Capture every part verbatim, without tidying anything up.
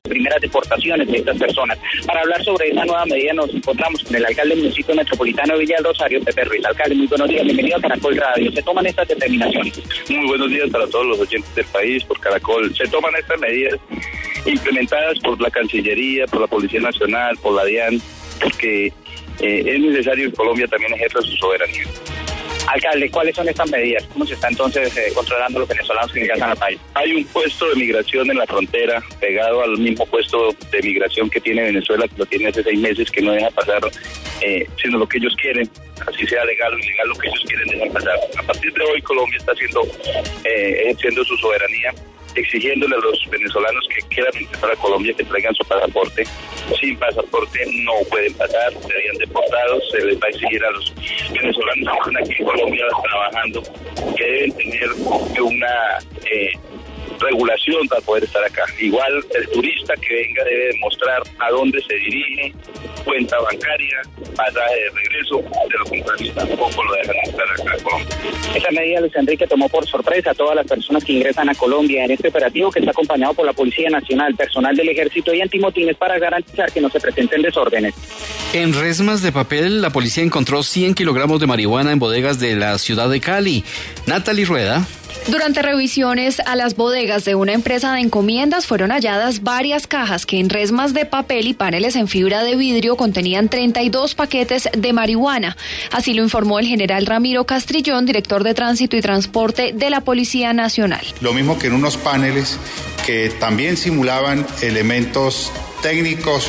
primeras deportaciones de estas personas. Para hablar sobre esta nueva medida nos encontramos con el alcalde del municipio metropolitano de Villa del Rosario, Pepe Ruiz. Alcalde, muy buenos días, bienvenido a Caracol Radio. ¿Se toman estas determinaciones? Muy buenos días para todos los oyentes del país, por Caracol. Se toman estas medidas implementadas por la Cancillería, por la Policía Nacional, por la DIAN, porque eh, es necesario que Colombia también ejerza su soberanía. Alcalde, ¿cuáles son estas medidas? ¿Cómo se está entonces eh, controlando los venezolanos que ingresan al país? Hay un puesto de migración en la frontera, pegado al mismo puesto de migración que tiene Venezuela, que lo tiene hace seis meses, que no deja pasar eh, sino lo que ellos quieren, así sea legal o ilegal, lo que ellos quieren dejar pasar. A partir de hoy Colombia está haciendo, eh, ejerciendo su soberanía, exigiéndole a los venezolanos que quieran ingresar a Colombia que traigan su pasaporte. Sin pasaporte no pueden pasar, serían deportados. Se les va a exigir a los venezolanos que están aquí en Colombia trabajando que deben tener una eh, regulación para poder estar acá. Igual el turista que venga debe demostrar a dónde se dirige, cuenta bancaria, pasaje de regreso, de lo contrario tampoco lo dejan entrar acá a Colombia. Esa medida, Luis Enrique, tomó por sorpresa a todas las personas que ingresan a Colombia en este operativo que está acompañado por la Policía Nacional, personal del Ejército y antimotines para garantizar que no se presenten desórdenes. En resmas de papel, la policía encontró cien kilogramos de marihuana en bodegas de la ciudad de Cali. Natalie Rueda. Durante revisiones a las bodegas de una empresa de encomiendas fueron halladas varias cajas que en resmas de papel y paneles en fibra de vidrio contenían treinta y dos paquetes de marihuana. Así lo informó el general Ramiro Castrillón, director de Tránsito y Transporte de la Policía Nacional. Lo mismo que en unos paneles que también simulaban elementos técnicos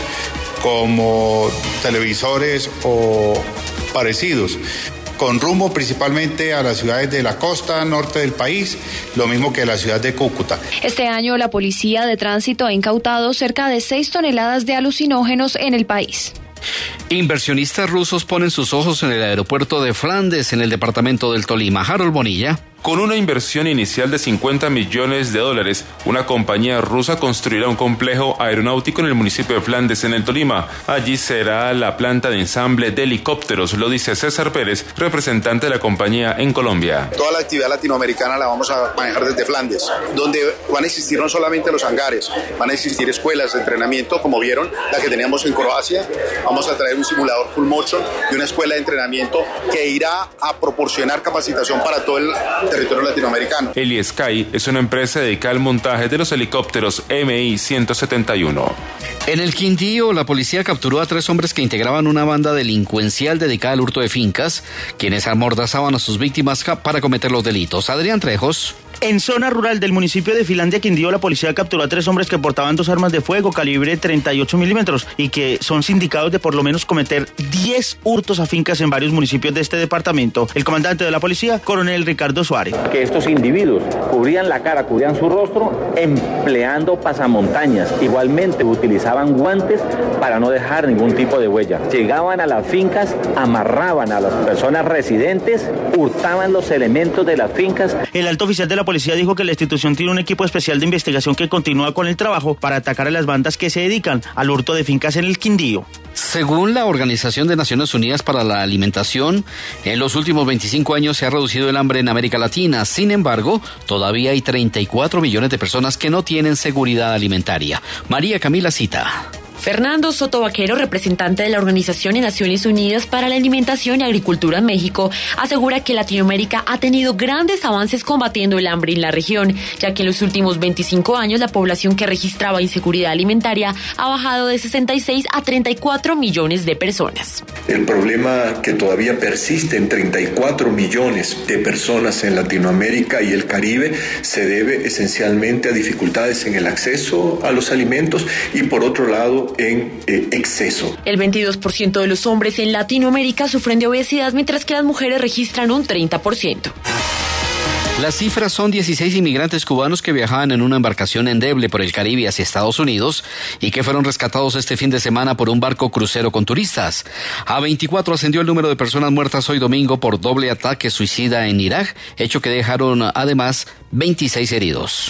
como televisores o parecidos, con rumbo principalmente a las ciudades de la costa norte del país, lo mismo que la ciudad de Cúcuta. Este año la Policía de Tránsito ha incautado cerca de seis toneladas de alucinógenos en el país. Inversionistas rusos ponen sus ojos en el aeropuerto de Flandes, en el departamento del Tolima. Harold Bonilla. Con una inversión inicial de cincuenta millones de dólares, una compañía rusa construirá un complejo aeronáutico en el municipio de Flandes, en el Tolima. Allí será la planta de ensamble de helicópteros, lo dice César Pérez, representante de la compañía en Colombia. Toda la actividad latinoamericana la vamos a manejar desde Flandes, donde van a existir no solamente los hangares, van a existir escuelas de entrenamiento, como vieron, la que teníamos en Croacia. Vamos a traer un simulador full motion y una escuela de entrenamiento que irá a proporcionar capacitación para todo el territorio latinoamericano. Heli-Sky es una empresa dedicada al montaje de los helicópteros M I ciento setenta y uno. En el Quindío, la policía capturó a tres hombres que integraban una banda delincuencial dedicada al hurto de fincas, quienes amordazaban a sus víctimas para cometer los delitos. Adrián Trejos. En zona rural del municipio de Finlandia, Quindío, la policía capturó a tres hombres que portaban dos armas de fuego calibre treinta y ocho milímetros y que son sindicados de por lo menos cometer diez hurtos a fincas en varios municipios de este departamento. El comandante de la policía, coronel Ricardo Suárez. Que estos individuos cubrían la cara, cubrían su rostro, empleando pasamontañas. Igualmente utilizaban guantes para no dejar ningún tipo de huella. Llegaban a las fincas, amarraban a las personas residentes, hurtaban los elementos de las fincas. El alto oficial de la policía dijo que la institución tiene un equipo especial de investigación que continúa con el trabajo para atacar a las bandas que se dedican al hurto de fincas en el Quindío. Según la Organización de Naciones Unidas para la Alimentación, en los últimos veinticinco años se ha reducido el hambre en América Latina. Sin embargo, todavía hay treinta y cuatro millones de personas que no tienen seguridad alimentaria. María Camila Cita. Fernando Soto Vaquero, representante de la Organización de Naciones Unidas para la Alimentación y Agricultura en México, asegura que Latinoamérica ha tenido grandes avances combatiendo el hambre en la región, ya que en los últimos veinticinco años la población que registraba inseguridad alimentaria ha bajado de sesenta y seis a treinta y cuatro millones de personas. El problema que todavía persiste en treinta y cuatro millones de personas en Latinoamérica y el Caribe se debe esencialmente a dificultades en el acceso a los alimentos y, por otro lado, en eh, exceso. El veintidós por ciento de los hombres en Latinoamérica sufren de obesidad, mientras que las mujeres registran un treinta por ciento. Las cifras son dieciséis inmigrantes cubanos que viajaban en una embarcación endeble por el Caribe hacia Estados Unidos y que fueron rescatados este fin de semana por un barco crucero con turistas. A veinticuatro ascendió el número de personas muertas hoy domingo por doble ataque suicida en Irak, hecho que dejaron además veintiséis heridos.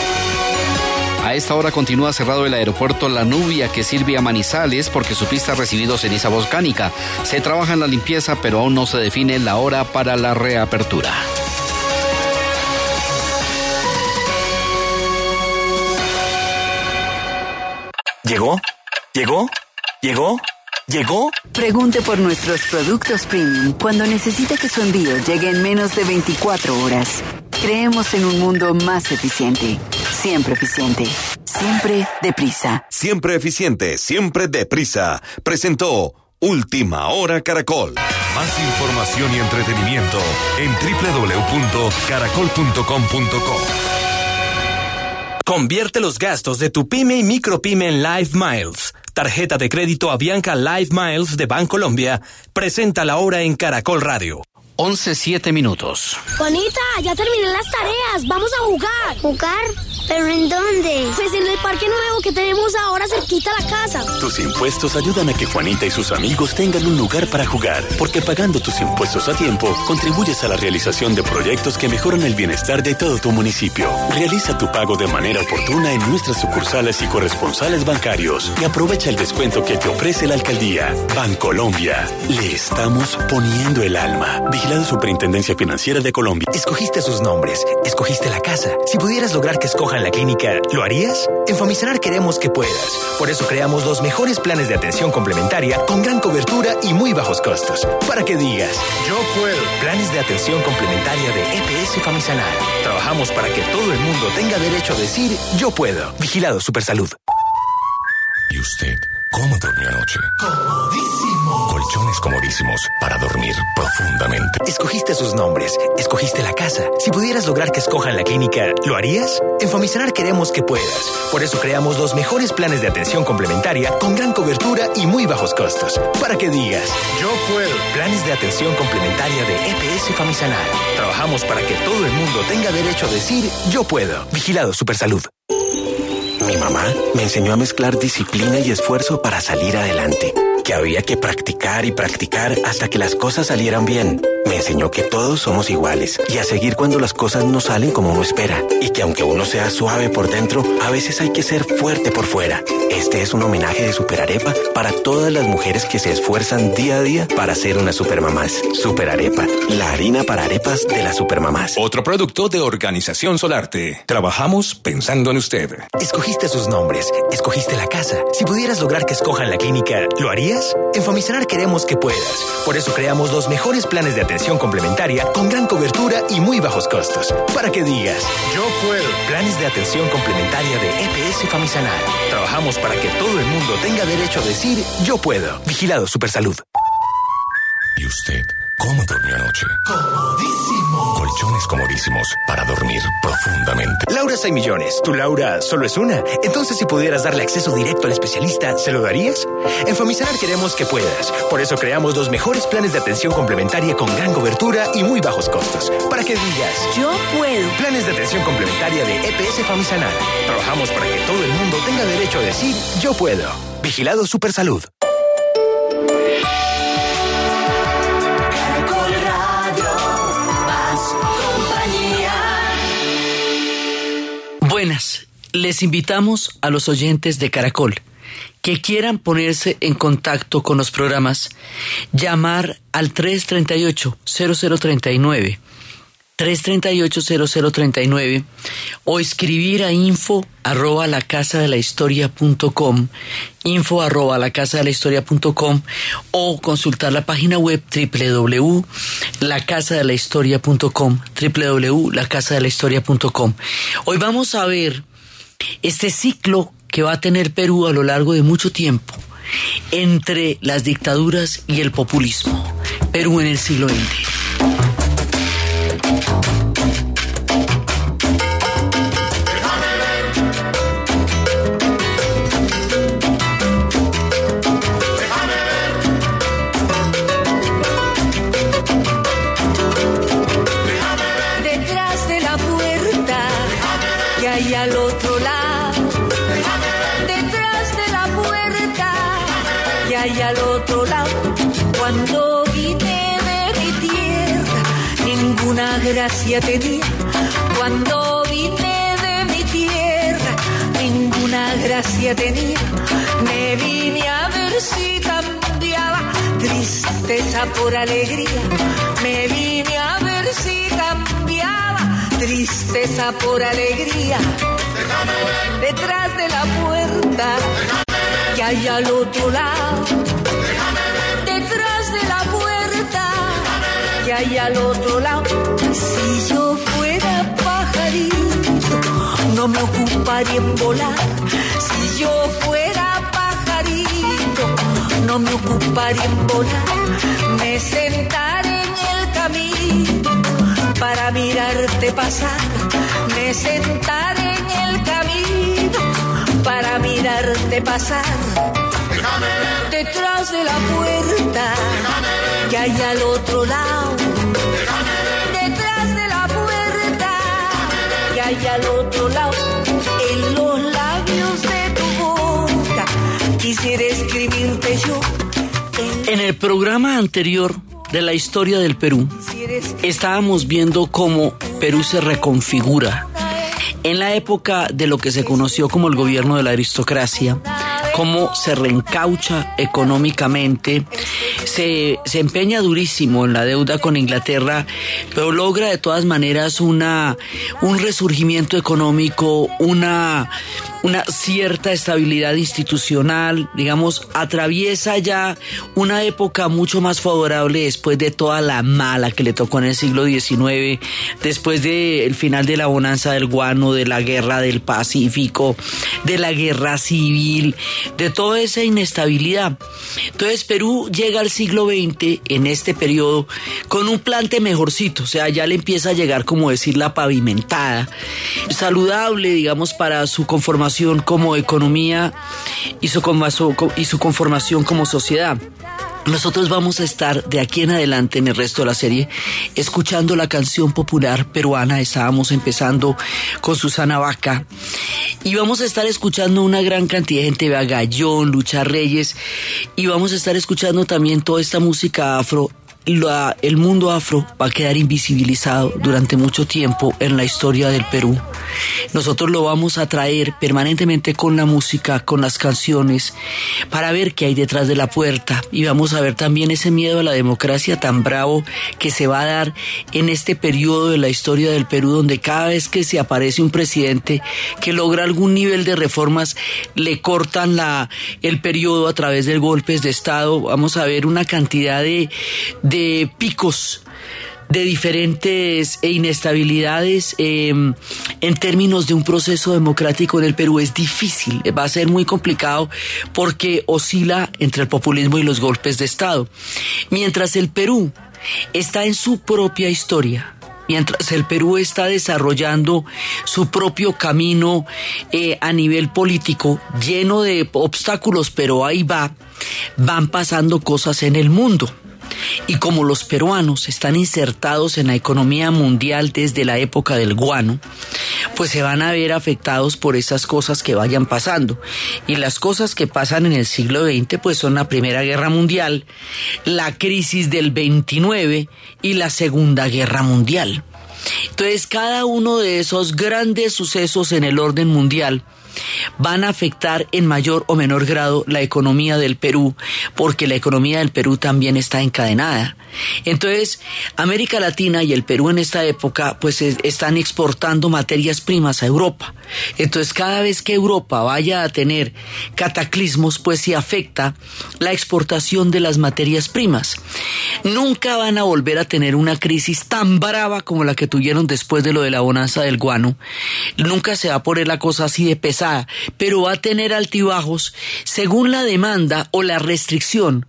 A esta hora continúa cerrado el aeropuerto La Nubia, que sirve a Manizales, porque su pista ha recibido ceniza volcánica. Se trabaja en la limpieza, pero aún no se define la hora para la reapertura. ¿Llegó? ¿Llegó? ¿Llegó? ¿Llegó? Pregunte por nuestros productos premium cuando necesita que su envío llegue en menos de veinticuatro horas. Creemos en un mundo más eficiente. Siempre eficiente. Siempre deprisa. Siempre eficiente. Siempre deprisa. Presentó Última Hora Caracol. Más información y entretenimiento en doble u doble u doble u punto caracol punto com punto co. Convierte los gastos de tu pyme y micropyme en Live Miles. Tarjeta de crédito Avianca Live Miles de Bancolombia presenta la hora en Caracol Radio. once, siete minutos. Juanita, ya terminé las tareas. Vamos a jugar. ¿Jugar? ¿Pero en dónde? Pues en el parque nuevo que tenemos ahora cerquita a la casa. Tus impuestos ayudan a que Juanita y sus amigos tengan un lugar para jugar. Porque pagando tus impuestos a tiempo, contribuyes a la realización de proyectos que mejoran el bienestar de todo tu municipio. Realiza tu pago de manera oportuna en nuestras sucursales y corresponsales bancarios. Y aprovecha el descuento que te ofrece la alcaldía. Bancolombia. Le estamos poniendo el alma. Vigilado Superintendencia Financiera de Colombia. Escogiste sus nombres, escogiste la casa. Si pudieras lograr que escojan la clínica, ¿lo harías? En Famisanar queremos que puedas. Por eso creamos los mejores planes de atención complementaria con gran cobertura y muy bajos costos. Para que digas, yo puedo. Planes de atención complementaria de E P S Famisanar. Trabajamos para que todo el mundo tenga derecho a decir, yo puedo. Vigilado Supersalud. ¿Y usted cómo durmió anoche? Comodísimo. Colchones comodísimos para dormir profundamente. Escogiste sus nombres, escogiste la casa. Si pudieras lograr que escojan la clínica, ¿lo harías? En Famisanar queremos que puedas. Por eso creamos los mejores planes de atención complementaria con gran cobertura y muy bajos costos. Para que digas, yo puedo. Planes de atención complementaria de E P S Famisanar. Trabajamos para que todo el mundo tenga derecho a decir, yo puedo. Vigilado Supersalud. Mi mamá me enseñó a mezclar disciplina y esfuerzo para salir adelante. Que había que practicar y practicar hasta que las cosas salieran bien. Me enseñó que todos somos iguales y a seguir cuando las cosas no salen como uno espera. Y que aunque uno sea suave por dentro, a veces hay que ser fuerte por fuera. Este es un homenaje de Superarepa para todas las mujeres que se esfuerzan día a día para ser unas supermamás. Superarepa, la harina para arepas de las supermamás. Otro producto de Organización Solarte. Trabajamos pensando en usted. Escogiste sus nombres, escogiste la casa. Si pudieras lograr que escojan la clínica, ¿lo harías? En Famisanar queremos que puedas. Por eso creamos los mejores planes de atención complementaria con gran cobertura y muy bajos costos. Para que digas, yo puedo. Planes de atención complementaria de E P S Famisanar. Trabajamos para que todo el mundo tenga derecho a decir, yo puedo. Vigilado Supersalud. ¿Y usted cómo durmió anoche? Comodísimo. Colchones comodísimos para dormir profundamente. Lauras hay millones. ¿Tu Laura solo es una? Entonces, si pudieras darle acceso directo al especialista, ¿se lo darías? En Famisanar queremos que puedas. Por eso creamos los mejores planes de atención complementaria con gran cobertura y muy bajos costos. Para que digas, yo puedo. Planes de atención complementaria de E P S Famisanar. Trabajamos para que todo el mundo tenga derecho a decir, yo puedo. Vigilado Supersalud. Buenas, les invitamos a los oyentes de Caracol que quieran ponerse en contacto con los programas, llamar al tres tres ocho, cero cero tres nueve, tres tres ocho, cero cero tres nueve o escribir a info arroba la casa de la historia punto com, info arroba la casa de la historia punto com o consultar la página web doble u doble u doble u punto la casa de la historia punto com, doble u doble u doble u punto la casa de la historia punto com. Hoy vamos a ver este ciclo que va a tener Perú a lo largo de mucho tiempo entre las dictaduras y el populismo. Perú en el siglo veinte. Al otro lado, detrás de la puerta, y ahí al otro lado, cuando vine de mi tierra, ninguna gracia tenía. Cuando vine de mi tierra, ninguna gracia tenía. Me vine a ver si cambiaba tristeza por alegría. Me vine a ver si cambiaba tristeza por alegría. Detrás de la puerta, hay al otro lado, detrás de la puerta, que hay al otro lado. Si yo fuera pajarito, no me ocuparía en volar. Si yo fuera pajarito, no me ocuparía en volar. Me sentaré en el camino para mirarte pasar. Me sentaré en el camino para mirarte pasar. Déjame ver. Detrás de la puerta, que hay al otro lado. Déjame ver. Detrás de la puerta, que hay al otro lado. En los labios de tu boca quisiera escribirte yo. En el programa anterior de la historia del Perú, estábamos viendo cómo Perú se reconfigura en la época de lo que se conoció como el gobierno de la aristocracia, cómo se reencaucha económicamente, se, se empeña durísimo en la deuda con Inglaterra, pero logra de todas maneras una, un resurgimiento económico, una, una cierta estabilidad institucional, digamos, atraviesa ya una época mucho más favorable después de toda la mala que le tocó en el siglo diecinueve, después del final de la bonanza del guano, de la guerra del Pacífico, de la guerra civil, de toda esa inestabilidad. Entonces Perú llega al siglo veinte en este periodo con un plante mejorcito, o sea, ya le empieza a llegar, como decir, la pavimentada, saludable, digamos, para su conformación como economía y su, y su conformación como sociedad. Nosotros vamos a estar de aquí en adelante en el resto de la serie escuchando la canción popular peruana. Estábamos empezando con Susana Vaca y vamos a estar escuchando una gran cantidad de gente, Bea Gayón, Lucha Reyes, y vamos a estar escuchando también toda esta música afro. La, el mundo afro va a quedar invisibilizado durante mucho tiempo en la historia del Perú. Nosotros lo vamos a traer permanentemente con la música, con las canciones, para ver qué hay detrás de la puerta, y vamos a ver también ese miedo a la democracia tan bravo que se va a dar en este periodo de la historia del Perú, donde cada vez que se aparece un presidente que logra algún nivel de reformas, le cortan la, el periodo a través de golpes de Estado. Vamos a ver una cantidad de de picos de diferentes inestabilidades eh, en términos de un proceso democrático en el Perú. Es difícil, va a ser muy complicado porque oscila entre el populismo y los golpes de Estado. Mientras el Perú está en su propia historia, mientras el Perú está desarrollando su propio camino eh, a nivel político, lleno de obstáculos, pero ahí va, van pasando cosas en el mundo. Y como los peruanos están insertados en la economía mundial desde la época del guano, pues se van a ver afectados por esas cosas que vayan pasando. Y las cosas que pasan en el siglo veinte pues son la Primera Guerra Mundial, la crisis del veintinueve y la Segunda Guerra Mundial. Entonces, cada uno de esos grandes sucesos en el orden mundial van a afectar en mayor o menor grado la economía del Perú, porque la economía del Perú también está encadenada. Entonces, América Latina y el Perú en esta época pues es, están exportando materias primas a Europa. Entonces, cada vez que Europa vaya a tener cataclismos, pues se afecta la exportación de las materias primas. Nunca van a volver a tener una crisis tan brava como la que tuvieron después de lo de la bonanza del guano. Nunca se va a poner la cosa así de pesada, pero va a tener altibajos según la demanda o la restricción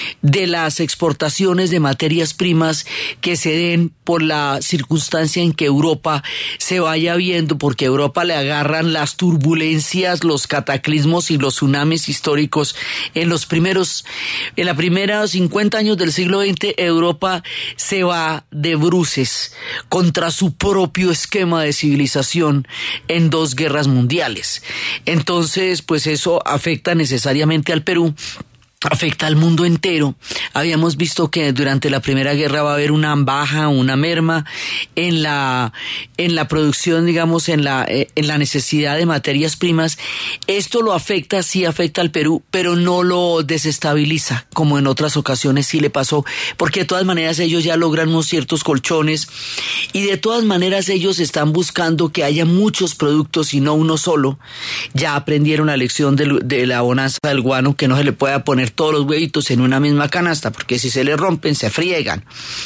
de las exportaciones de materias primas que se den por la circunstancia en que Europa se vaya viendo, porque a Europa le agarran las turbulencias, los cataclismos y los tsunamis históricos. En los primeros, en la primera cincuenta años del siglo veinte, Europa se va de bruces contra su propio esquema de civilización en dos guerras mundiales. Entonces, pues eso afecta necesariamente al Perú. afecta al mundo entero. Habíamos visto que durante la Primera Guerra va a haber una baja, una merma en la en la producción, digamos, en la en la necesidad de materias primas. Esto lo afecta, sí afecta al Perú, pero no lo desestabiliza, como en otras ocasiones sí le pasó, porque de todas maneras ellos ya logran unos ciertos colchones y de todas maneras ellos están buscando que haya muchos productos y no uno solo. Ya aprendieron la lección de, de la bonanza del guano, que no se le pueda poner todos los huevitos en una misma canasta, porque si se le rompen se friegan.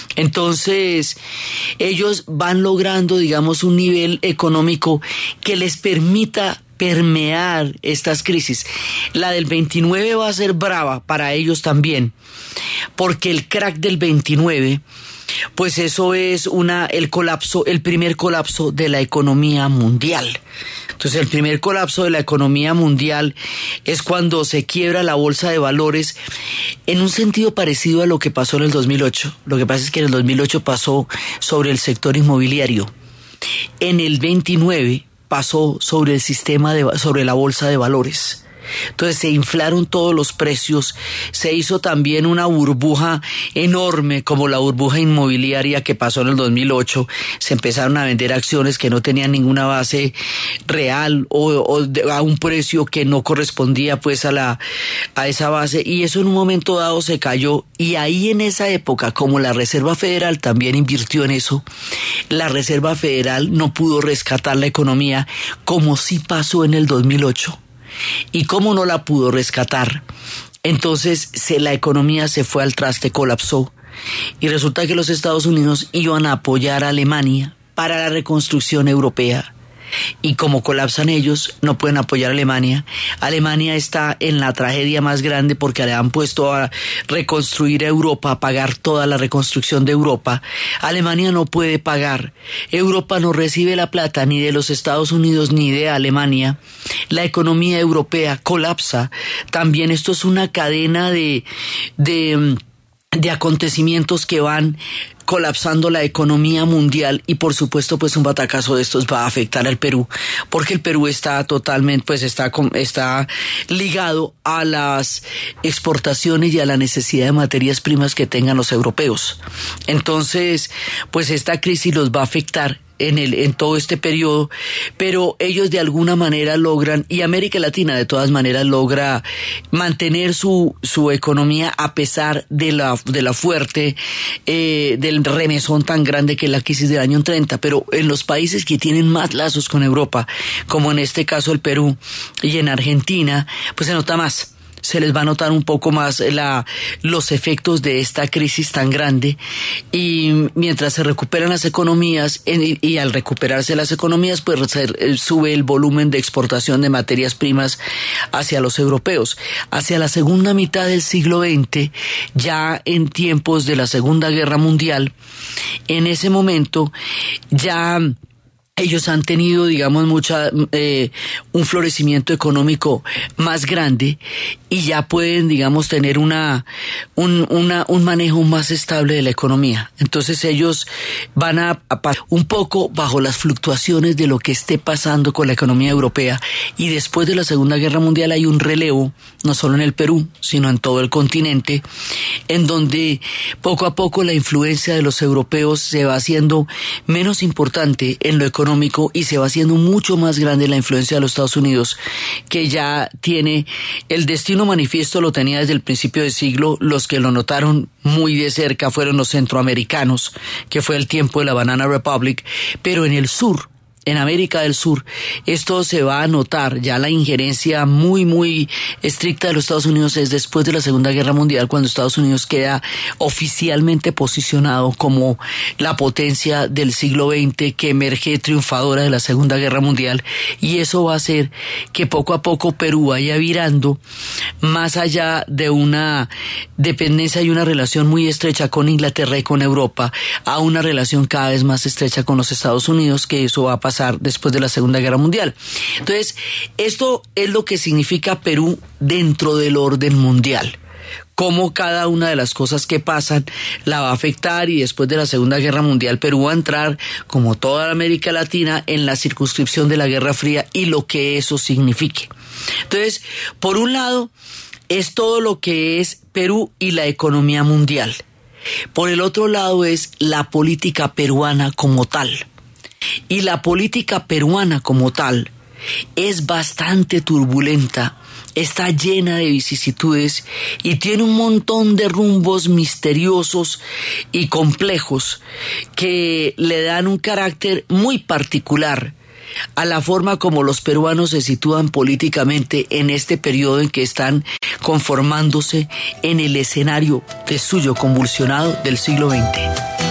Entonces ellos van logrando, digamos, un nivel económico que les permita permear estas crisis. La del veintinueve va a ser brava para ellos también, porque el crack del veintinueve, pues eso es una el colapso, el primer colapso de la economía mundial. Entonces, el primer colapso de la economía mundial es cuando se quiebra la bolsa de valores, en un sentido parecido a lo que pasó en el dos mil ocho. Lo que pasa es que en el dos mil ocho pasó sobre el sector inmobiliario. En el veintinueve pasó sobre el sistema de sobre la bolsa de valores. Entonces se inflaron todos los precios, se hizo también una burbuja enorme como la burbuja inmobiliaria que pasó en el dos mil ocho, se empezaron a vender acciones que no tenían ninguna base real o, o de, a un precio que no correspondía pues a la a esa base, y eso en un momento dado se cayó, y ahí en esa época, como la Reserva Federal también invirtió en eso, la Reserva Federal no pudo rescatar la economía como sí pasó en el dos mil ocho. ¿Y cómo no la pudo rescatar? Entonces se, la economía se fue al traste, colapsó. Y resulta que los Estados Unidos iban a apoyar a Alemania para la reconstrucción europea. Y como colapsan ellos, no pueden apoyar a Alemania. Alemania está en la tragedia más grande porque le han puesto a reconstruir Europa, a pagar toda la reconstrucción de Europa. Alemania no puede pagar. Europa no recibe la plata ni de los Estados Unidos ni de Alemania. La economía europea colapsa. También esto es una cadena de, de, de acontecimientos que van colapsando la economía mundial, y por supuesto pues un batacazo de estos va a afectar al Perú, porque el Perú está totalmente pues está está ligado a las exportaciones y a la necesidad de materias primas que tengan los europeos. Entonces pues esta crisis los va a afectar en el en todo este periodo, pero ellos de alguna manera logran, y América Latina de todas maneras logra mantener su su economía a pesar de la de la fuerte eh, del remesón tan grande que es la crisis del año treinta, pero en los países que tienen más lazos con Europa, como en este caso el Perú y en Argentina, pues se nota más. Se les va a notar un poco más la, los efectos de esta crisis tan grande, y mientras se recuperan las economías y, y al recuperarse las economías pues se, sube el volumen de exportación de materias primas hacia los europeos. Hacia la segunda mitad del siglo veinte, ya en tiempos de la Segunda Guerra Mundial, en ese momento ya ellos han tenido, digamos, mucha eh, un florecimiento económico más grande, y ya pueden, digamos, tener una un una un manejo más estable de la economía. Entonces ellos van a, a un poco bajo las fluctuaciones de lo que esté pasando con la economía europea, y después de la Segunda Guerra Mundial hay un relevo, no solo en el Perú, sino en todo el continente, en donde poco a poco la influencia de los europeos se va haciendo menos importante en lo económico, y se va haciendo mucho más grande la influencia de los Estados Unidos, que ya tiene el destino manifiesto, lo tenía desde el principio del siglo. Los que lo notaron muy de cerca fueron los centroamericanos, que fue el tiempo de la Banana Republic, pero en el sur, en América del Sur, esto se va a notar, ya la injerencia muy muy estricta de los Estados Unidos es después de la Segunda Guerra Mundial, cuando Estados Unidos queda oficialmente posicionado como la potencia del siglo veinte que emerge triunfadora de la Segunda Guerra Mundial, y eso va a hacer que poco a poco Perú vaya virando más allá de una dependencia y una relación muy estrecha con Inglaterra y con Europa a una relación cada vez más estrecha con los Estados Unidos, que eso va a pasar después de la Segunda Guerra Mundial. Entonces, esto es lo que significa Perú dentro del orden mundial. Cómo cada una de las cosas que pasan la va a afectar, y después de la Segunda Guerra Mundial Perú va a entrar, como toda América Latina, en la circunscripción de la Guerra Fría y lo que eso signifique. Entonces, por un lado, es todo lo que es Perú y la economía mundial. Por el otro lado es la política peruana como tal. Y la política peruana como tal es bastante turbulenta, está llena de vicisitudes y tiene un montón de rumbos misteriosos y complejos que le dan un carácter muy particular a la forma como los peruanos se sitúan políticamente en este periodo en que están conformándose en el escenario de suyo convulsionado del siglo veinte.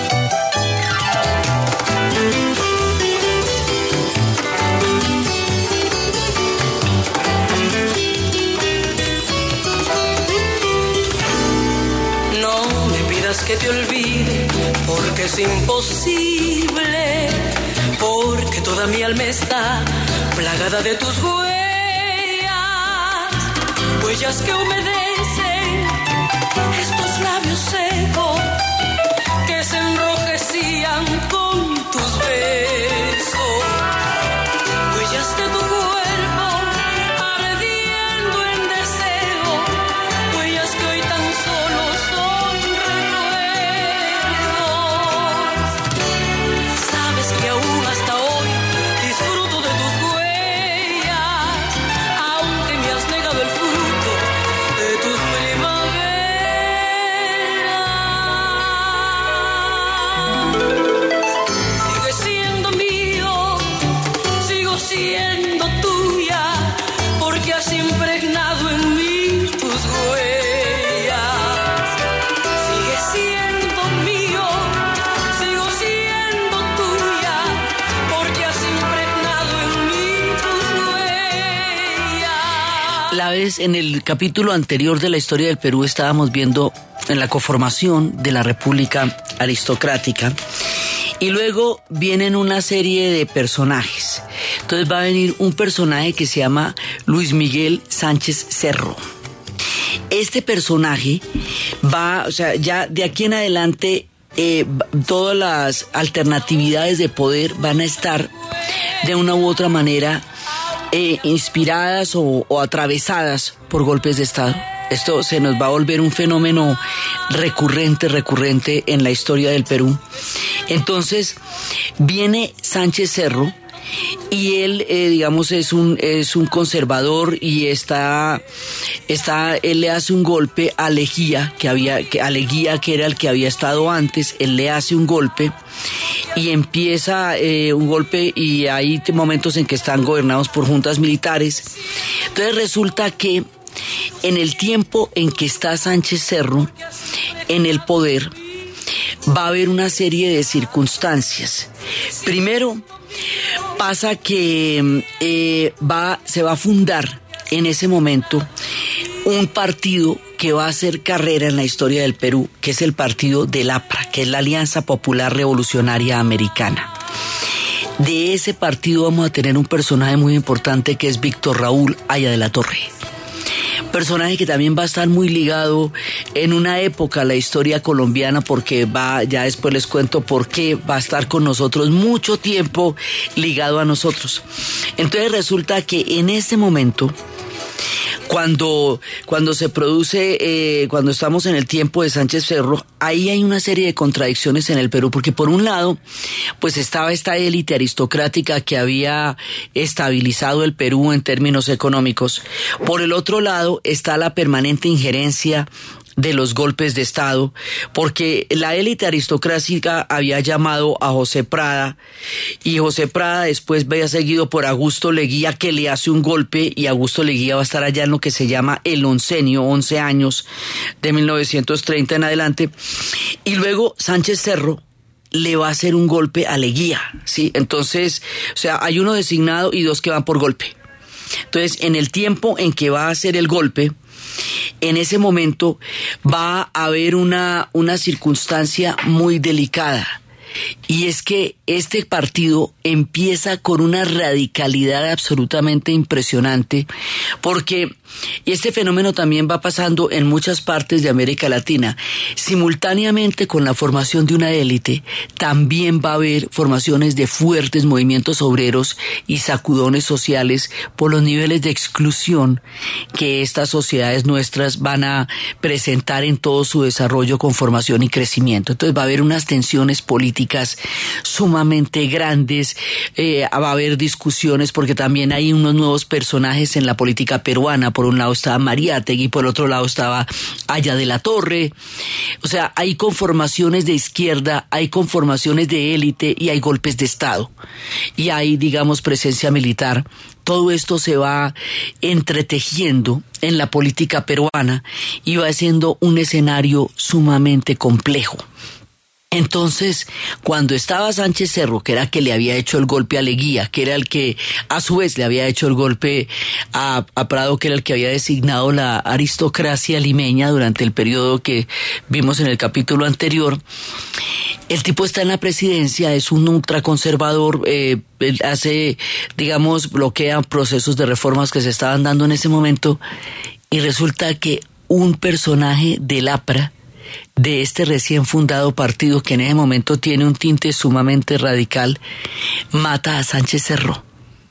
No me pidas que te olvide, porque es imposible, porque toda mi alma está plagada de tus huellas, huellas que humedecen estos labios secos que se enrojecían con tus besos, huellas de tu cuerpo ardiendo en deseo, huellas que hoy tan solo son recuerdos. Sabes que aún hasta hoy disfruto de tus huellas, aunque me has negado el fruto de tus primaveras. Sigues siendo mío, sigo siendo tuya, porque has impregnado en mí tus huellas. Sigues siendo mío, sigo siendo tuya, porque has impregnado en mí tus huellas. La vez en el capítulo anterior de la historia del Perú estábamos viendo en la conformación de la República Aristocrática y luego vienen una serie de personajes. Entonces va a venir un personaje que se llama Luis Miguel Sánchez Cerro. Este personaje va, o sea, ya de aquí en adelante eh, todas las alternatividades de poder van a estar de una u otra manera eh, inspiradas o, o atravesadas por golpes de Estado. Esto se nos va a volver un fenómeno recurrente, recurrente en la historia del Perú. Entonces, viene Sánchez Cerro y él, eh, digamos, es un es un conservador y está, está, él le hace un golpe a Leguía, que había, que, a Leguía, que era el que había estado antes, él le hace un golpe y empieza eh, un golpe y hay momentos en que están gobernados por juntas militares. Entonces resulta que en el tiempo en que está Sánchez Cerro en el poder, va a haber una serie de circunstancias. Primero, pasa que eh, va, se va a fundar en ese momento un partido que va a hacer carrera en la historia del Perú, que es el partido del A P R A, que es la Alianza Popular Revolucionaria Americana. De ese partido vamos a tener un personaje muy importante que es Víctor Raúl Haya de la Torre. Personaje que también va a estar muy ligado en una época a la historia colombiana, porque va, ya después les cuento por qué va a estar con nosotros mucho tiempo ligado a nosotros. Entonces resulta que en ese momento, cuando, cuando se produce, eh, cuando estamos en el tiempo de Sánchez Cerro, ahí hay una serie de contradicciones en el Perú, porque por un lado, pues estaba esta élite aristocrática que había estabilizado el Perú en términos económicos. Por el otro lado, está la permanente injerencia de los golpes de Estado, porque la élite aristocrática había llamado a José Prada, y José Prada después veía seguido por Augusto Leguía, que le hace un golpe, y Augusto Leguía va a estar allá en lo que se llama el oncenio, once años, de mil novecientos treinta en adelante, y luego Sánchez Cerro le va a hacer un golpe a Leguía, ¿sí? Entonces, o sea, hay uno designado y dos que van por golpe. Entonces, en el tiempo en que va a hacer el golpe, en ese momento va a haber una, una circunstancia muy delicada, y es que este partido empieza con una radicalidad absolutamente impresionante, porque Y este fenómeno también va pasando en muchas partes de América Latina. Simultáneamente con la formación de una élite, también va a haber formaciones de fuertes movimientos obreros y sacudones sociales por los niveles de exclusión que estas sociedades nuestras van a presentar en todo su desarrollo con formación y crecimiento. Entonces va a haber unas tensiones políticas sumamente grandes, eh, va a haber discusiones porque también hay unos nuevos personajes en la política peruana. Por un lado estaba Mariátegui, por otro lado estaba Aya de la Torre. O sea, hay conformaciones de izquierda, hay conformaciones de élite y hay golpes de Estado. Y hay, digamos, presencia militar. Todo esto se va entretejiendo en la política peruana y va siendo un escenario sumamente complejo. Entonces, cuando estaba Sánchez Cerro, que era el que le había hecho el golpe a Leguía, que era el que a su vez le había hecho el golpe a, a Prado, que era el que había designado la aristocracia limeña durante el periodo que vimos en el capítulo anterior, el tipo está en la presidencia, es un ultraconservador, eh, hace, digamos, bloquea procesos de reformas que se estaban dando en ese momento, y resulta que un personaje del A P R A, de este recién fundado partido que en ese momento tiene un tinte sumamente radical, mata a Sánchez Cerro.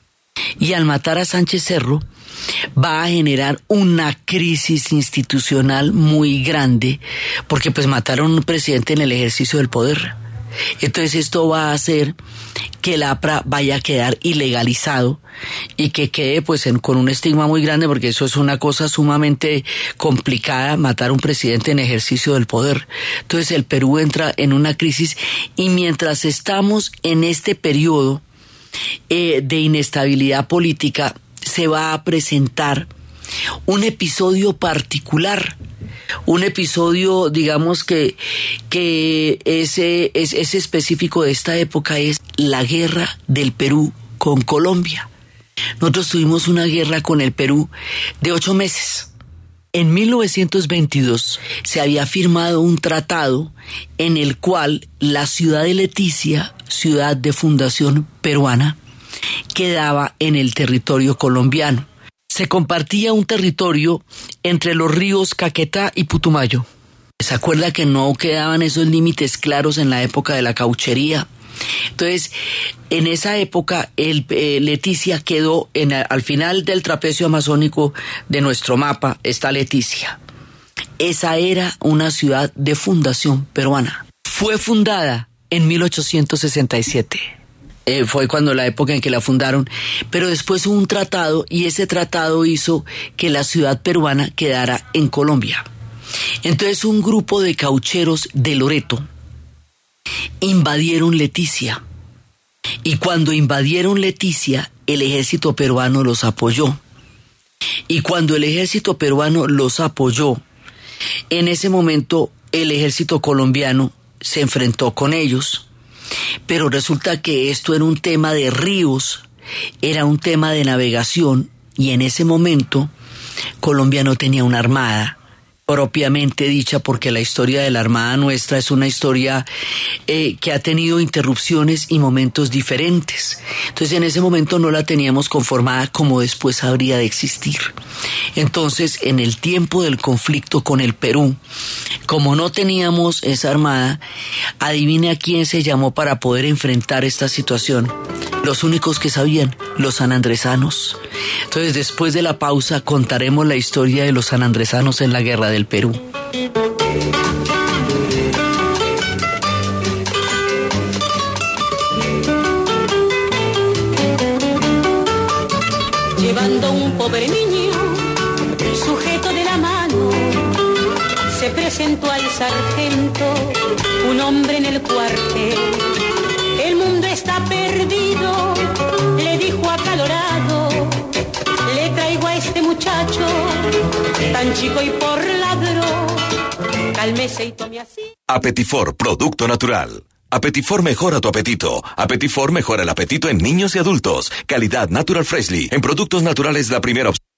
Y al matar a Sánchez Cerro va a generar una crisis institucional muy grande, porque pues mataron a un presidente en el ejercicio del poder. Entonces esto va a hacer que el A P R A vaya a quedar ilegalizado y que quede pues en, con un estigma muy grande, porque eso es una cosa sumamente complicada, matar a un presidente en ejercicio del poder. Entonces el Perú entra en una crisis, y mientras estamos en este periodo eh, de inestabilidad política, se va a presentar un episodio particular. Un episodio, digamos, que, que ese, es, es específico de esta época, es la guerra del Perú con Colombia. Nosotros tuvimos una guerra con el Perú de ocho meses. En mil novecientos veintidós se había firmado un tratado en el cual la ciudad de Leticia, ciudad de fundación peruana, quedaba en el territorio colombiano. Se compartía un territorio entre los ríos Caquetá y Putumayo. ¿Se acuerda que no quedaban esos límites claros en la época de la cauchería? Entonces, en esa época, el, eh, Leticia quedó en, al final del trapecio amazónico de nuestro mapa, está Leticia. Esa era una ciudad de fundación peruana. Fue fundada en mil ochocientos sesenta y siete. Eh, fue cuando la época en que la fundaron, pero después hubo un tratado, y ese tratado hizo que la ciudad peruana quedara en Colombia. Entonces un grupo de caucheros de Loreto invadieron Leticia, y cuando invadieron Leticia, el ejército peruano los apoyó. Y cuando el ejército peruano los apoyó, en ese momento el ejército colombiano se enfrentó con ellos. Pero resulta que esto era un tema de ríos, era un tema de navegación, y en ese momento Colombia no tenía una armada propiamente dicha, porque la historia de la Armada nuestra es una historia eh, que ha tenido interrupciones y momentos diferentes. Entonces en ese momento no la teníamos conformada como después habría de existir. Entonces, en el tiempo del conflicto con el Perú, como no teníamos esa armada, adivine a quién se llamó para poder enfrentar esta situación. Los únicos que sabían, los sanandresanos. Entonces, después de la pausa, contaremos la historia de los sanandresanos en la Guerra del Perú. Llevando un pobre niño, sujeto de la mano, se presentó al sargento, un hombre en el cuartel. El mundo está perdido, le dijo acalorado, le traigo a este muchacho, tan chico y por ladrón, cálmese y tome así. Apetifor, producto natural. Apetifor mejora tu apetito. Apetifor mejora el apetito en niños y adultos. Calidad Natural Freshly. En productos naturales la primera opción.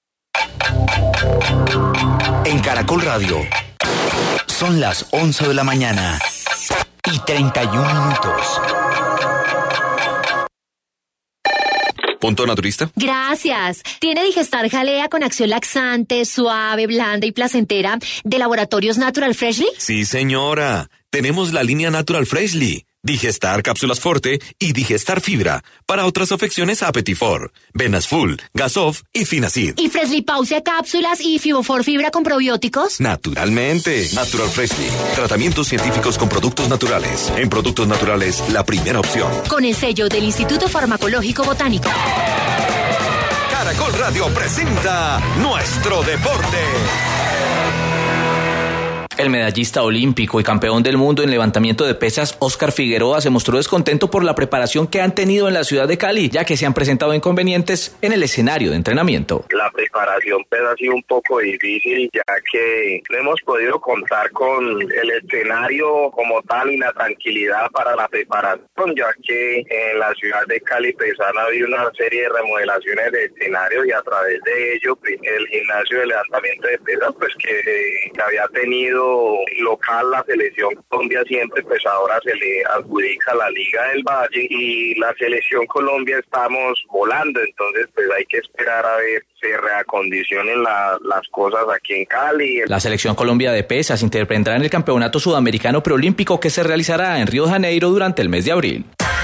En Caracol Radio, son las once de la mañana y treinta y un minutos. ¿Punto naturista? Gracias. ¿Tiene Digestar Jalea con acción laxante, suave, blanda y placentera de Laboratorios Natural Freshly? Sí, señora. Tenemos la línea Natural Freshly, Digestar Cápsulas Forte y Digestar Fibra para otras afecciones a Apetifor, Venas Full, Gasof y Finacid. ¿Y Freshly Pausia Cápsulas y Fibofor Fibra con probióticos? Naturalmente. Natural Freshly. Tratamientos científicos con productos naturales. En productos naturales, la primera opción. Con el sello del Instituto Farmacológico Botánico. Caracol Radio presenta Nuestro Deporte. El medallista olímpico y campeón del mundo en levantamiento de pesas, Óscar Figueroa, se mostró descontento por la preparación que han tenido en la ciudad de Cali, ya que se han presentado inconvenientes en el escenario de entrenamiento. La preparación pues, ha sido un poco difícil, ya que no hemos podido contar con el escenario como tal y la tranquilidad para la preparación, ya que en la ciudad de Cali pues, han habido una serie de remodelaciones de escenarios y a través de ello el gimnasio de levantamiento de pesas pues que, que había tenido local la selección Colombia siempre, pues ahora se le adjudica la Liga del Valle y la selección Colombia estamos volando, entonces pues hay que esperar a ver se reacondicionen la, las cosas aquí en Cali. La selección Colombia de pesas intervendrá en el Campeonato Sudamericano Preolímpico que se realizará en Río de Janeiro durante el mes de abril.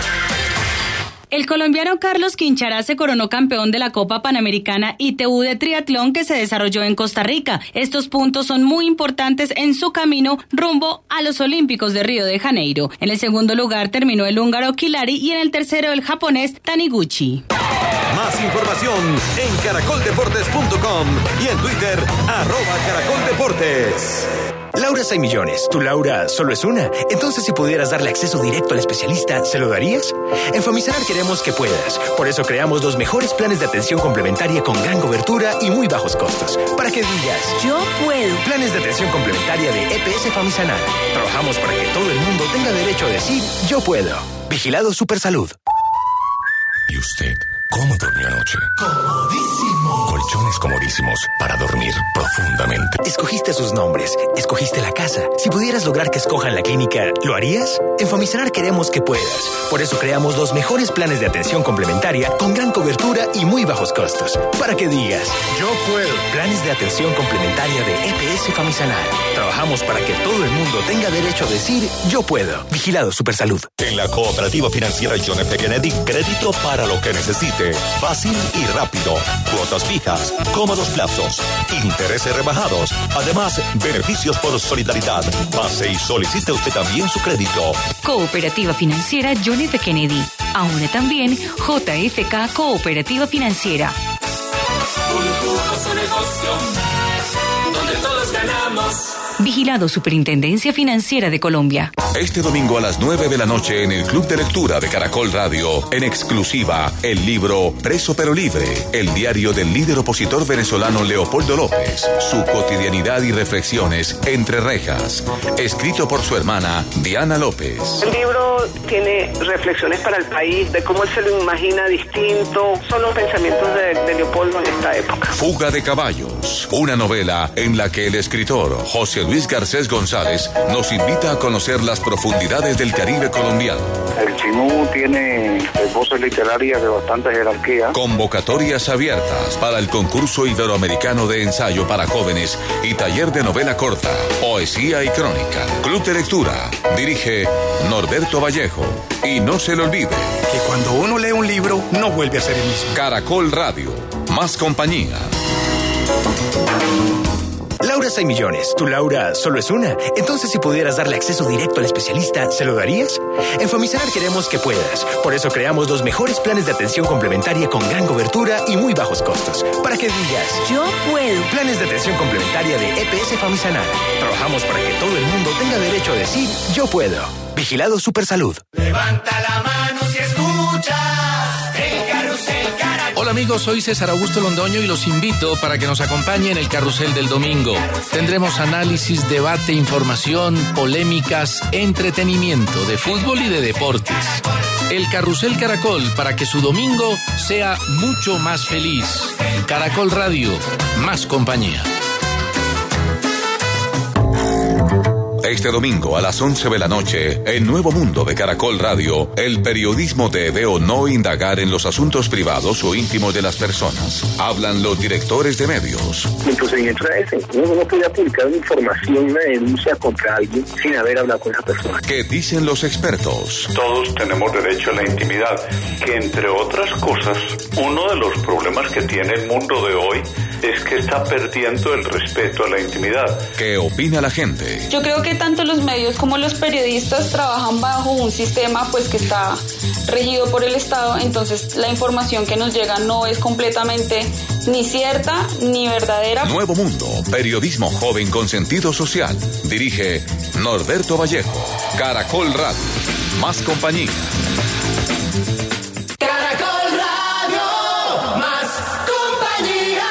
El colombiano Carlos Quinchará se coronó campeón de la Copa Panamericana I T U de triatlón que se desarrolló en Costa Rica. Estos puntos son muy importantes en su camino rumbo a los Olímpicos de Río de Janeiro. En el segundo lugar terminó el húngaro Kilari y en el tercero el japonés Taniguchi. Más información en caracol deportes punto com y en Twitter, arroba Caracol Deportes. Laura hay millones. ¿Tu Laura solo es una? Entonces, si pudieras darle acceso directo al especialista, ¿se lo darías? En Famisanar queremos que puedas. Por eso creamos los mejores planes de atención complementaria con gran cobertura y muy bajos costos. Para que digas, yo puedo. Planes de atención complementaria de E P S Famisanar. Trabajamos para que todo el mundo tenga derecho a decir, yo puedo. Vigilado Supersalud. ¿Y usted cómo durmió anoche? Comodísimo. Colchones comodísimos para dormir profundamente. Escogiste sus nombres, escogiste la casa. Si pudieras lograr que escojan la clínica, ¿lo harías? En Famisanar queremos que puedas. Por eso creamos los mejores planes de atención complementaria con gran cobertura y muy bajos costos. Para que digas, yo puedo. Planes de atención complementaria de E P S Famisanar. Trabajamos para que todo el mundo tenga derecho a decir, yo puedo. Vigilado Supersalud. En la Cooperativa Financiera John F. Kennedy, crédito para lo que necesite. Fácil y rápido. Cuotas fijas, cómodos plazos, intereses rebajados. Además, beneficios por solidaridad. Pase y solicite usted también su crédito. Cooperativa Financiera John F. Kennedy. Ahora también J F K Cooperativa Financiera. Un jugoso negocio donde todos ganamos. Vigilado Superintendencia Financiera de Colombia. Este domingo a las nueve de la noche en el Club de Lectura de Caracol Radio, en exclusiva, el libro Preso pero Libre, el diario del líder opositor venezolano Leopoldo López, su cotidianidad y reflexiones entre rejas, escrito por su hermana Diana López. El libro tiene reflexiones para el país, de cómo él se lo imagina distinto, son los pensamientos de, de Leopoldo en esta época. Fuga de caballos, una novela en la que el escritor José Luis Garcés González nos invita a conocer las profundidades del Caribe colombiano. El Chinú tiene voces literarias de bastante jerarquía. Convocatorias abiertas para el concurso iberoamericano de ensayo para jóvenes y taller de novela corta, poesía y crónica. Club de Lectura, dirige Norberto Vallejo. Y no se le olvide que cuando uno lee un libro, no vuelve a ser el mismo. Caracol Radio, más compañía. Laura hay millones. ¿Tu Laura solo es una? Entonces, si pudieras darle acceso directo al especialista, ¿se lo darías? En Famisanar queremos que puedas. Por eso creamos los mejores planes de atención complementaria con gran cobertura y muy bajos costos. Para que digas, yo puedo. Planes de atención complementaria de E P S Famisanar. Trabajamos para que todo el mundo tenga derecho a decir, yo puedo. Vigilado Supersalud. Levanta la mano si escuchas el carrusel Caracol. Hola amigos, soy César Augusto Londoño y los invito para que nos acompañen en el Carrusel del Domingo. Tendremos análisis, debate, información, polémicas, entretenimiento de fútbol y de deportes. El Carrusel Caracol para que su domingo sea mucho más feliz. Caracol Radio, más compañía. Este domingo a las once de la noche, en Nuevo Mundo de Caracol Radio, el periodismo debe o no indagar en los asuntos privados o íntimos de las personas. Hablan los directores de medios. El procedimiento era ese. Uno no podía publicar una información, una denuncia contra alguien sin haber hablado con esa persona. ¿Qué dicen los expertos? Todos tenemos derecho a la intimidad, que entre otras cosas, uno de los problemas que tiene el mundo de hoy es que está perdiendo el respeto a la intimidad. ¿Qué opina la gente? Yo creo que tanto los medios como los periodistas trabajan bajo un sistema pues que está regido por el Estado, entonces la información que nos llega no es completamente ni cierta ni verdadera. Nuevo Mundo, periodismo joven con sentido social. Dirige Norberto Vallejo. Caracol Radio. Más compañía. Caracol Radio, más compañía.